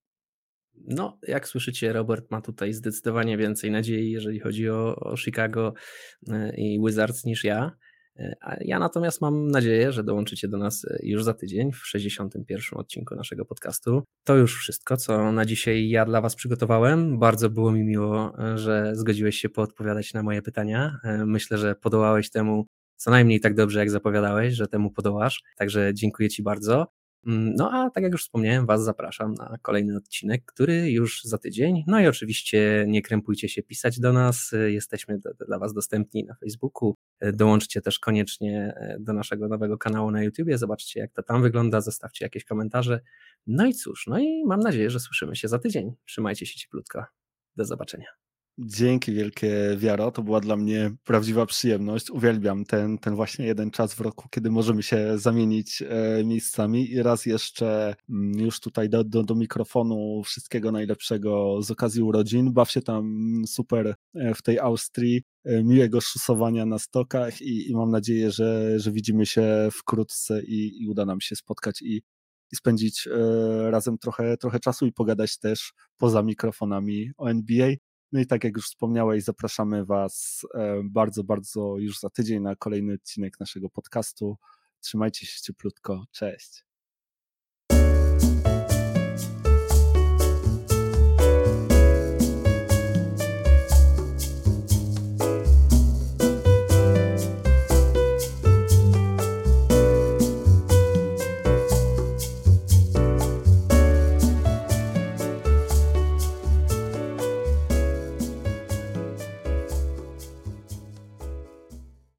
No, jak słyszycie, Robert ma tutaj zdecydowanie więcej nadziei, jeżeli chodzi o, o Chicago i Wizards niż ja. A ja natomiast mam nadzieję, że dołączycie do nas już za tydzień w sześćdziesiątym pierwszym odcinku naszego podcastu. To już wszystko, co na dzisiaj ja dla Was przygotowałem. Bardzo było mi miło, że zgodziłeś się poodpowiadać na moje pytania. Myślę, że podołałeś temu co najmniej tak dobrze, jak zapowiadałeś, że temu podołasz. Także dziękuję Ci bardzo. No a tak jak już wspomniałem, Was zapraszam na kolejny odcinek, który już za tydzień. No i oczywiście nie krępujcie się pisać do nas, jesteśmy do, dla Was dostępni na Facebooku. Dołączcie też koniecznie do naszego nowego kanału na YouTubie, zobaczcie jak to tam wygląda, zostawcie jakieś komentarze. No i cóż, no i mam nadzieję, że słyszymy się za tydzień. Trzymajcie się cieplutko. Do zobaczenia. Dzięki wielkie, Wiaro, to była dla mnie prawdziwa przyjemność. Uwielbiam ten, ten właśnie jeden czas w roku, kiedy możemy się zamienić e, miejscami i raz jeszcze m, już tutaj do, do, do mikrofonu wszystkiego najlepszego z okazji urodzin. Baw się tam super w tej Austrii, e, miłego szusowania na stokach i, i mam nadzieję, że, że widzimy się wkrótce i, i uda nam się spotkać i, i spędzić e, razem trochę, trochę czasu i pogadać też poza mikrofonami o N B A. No i tak jak już wspomniałeś, zapraszamy Was bardzo, bardzo już za tydzień na kolejny odcinek naszego podcastu. Trzymajcie się cieplutko. Cześć.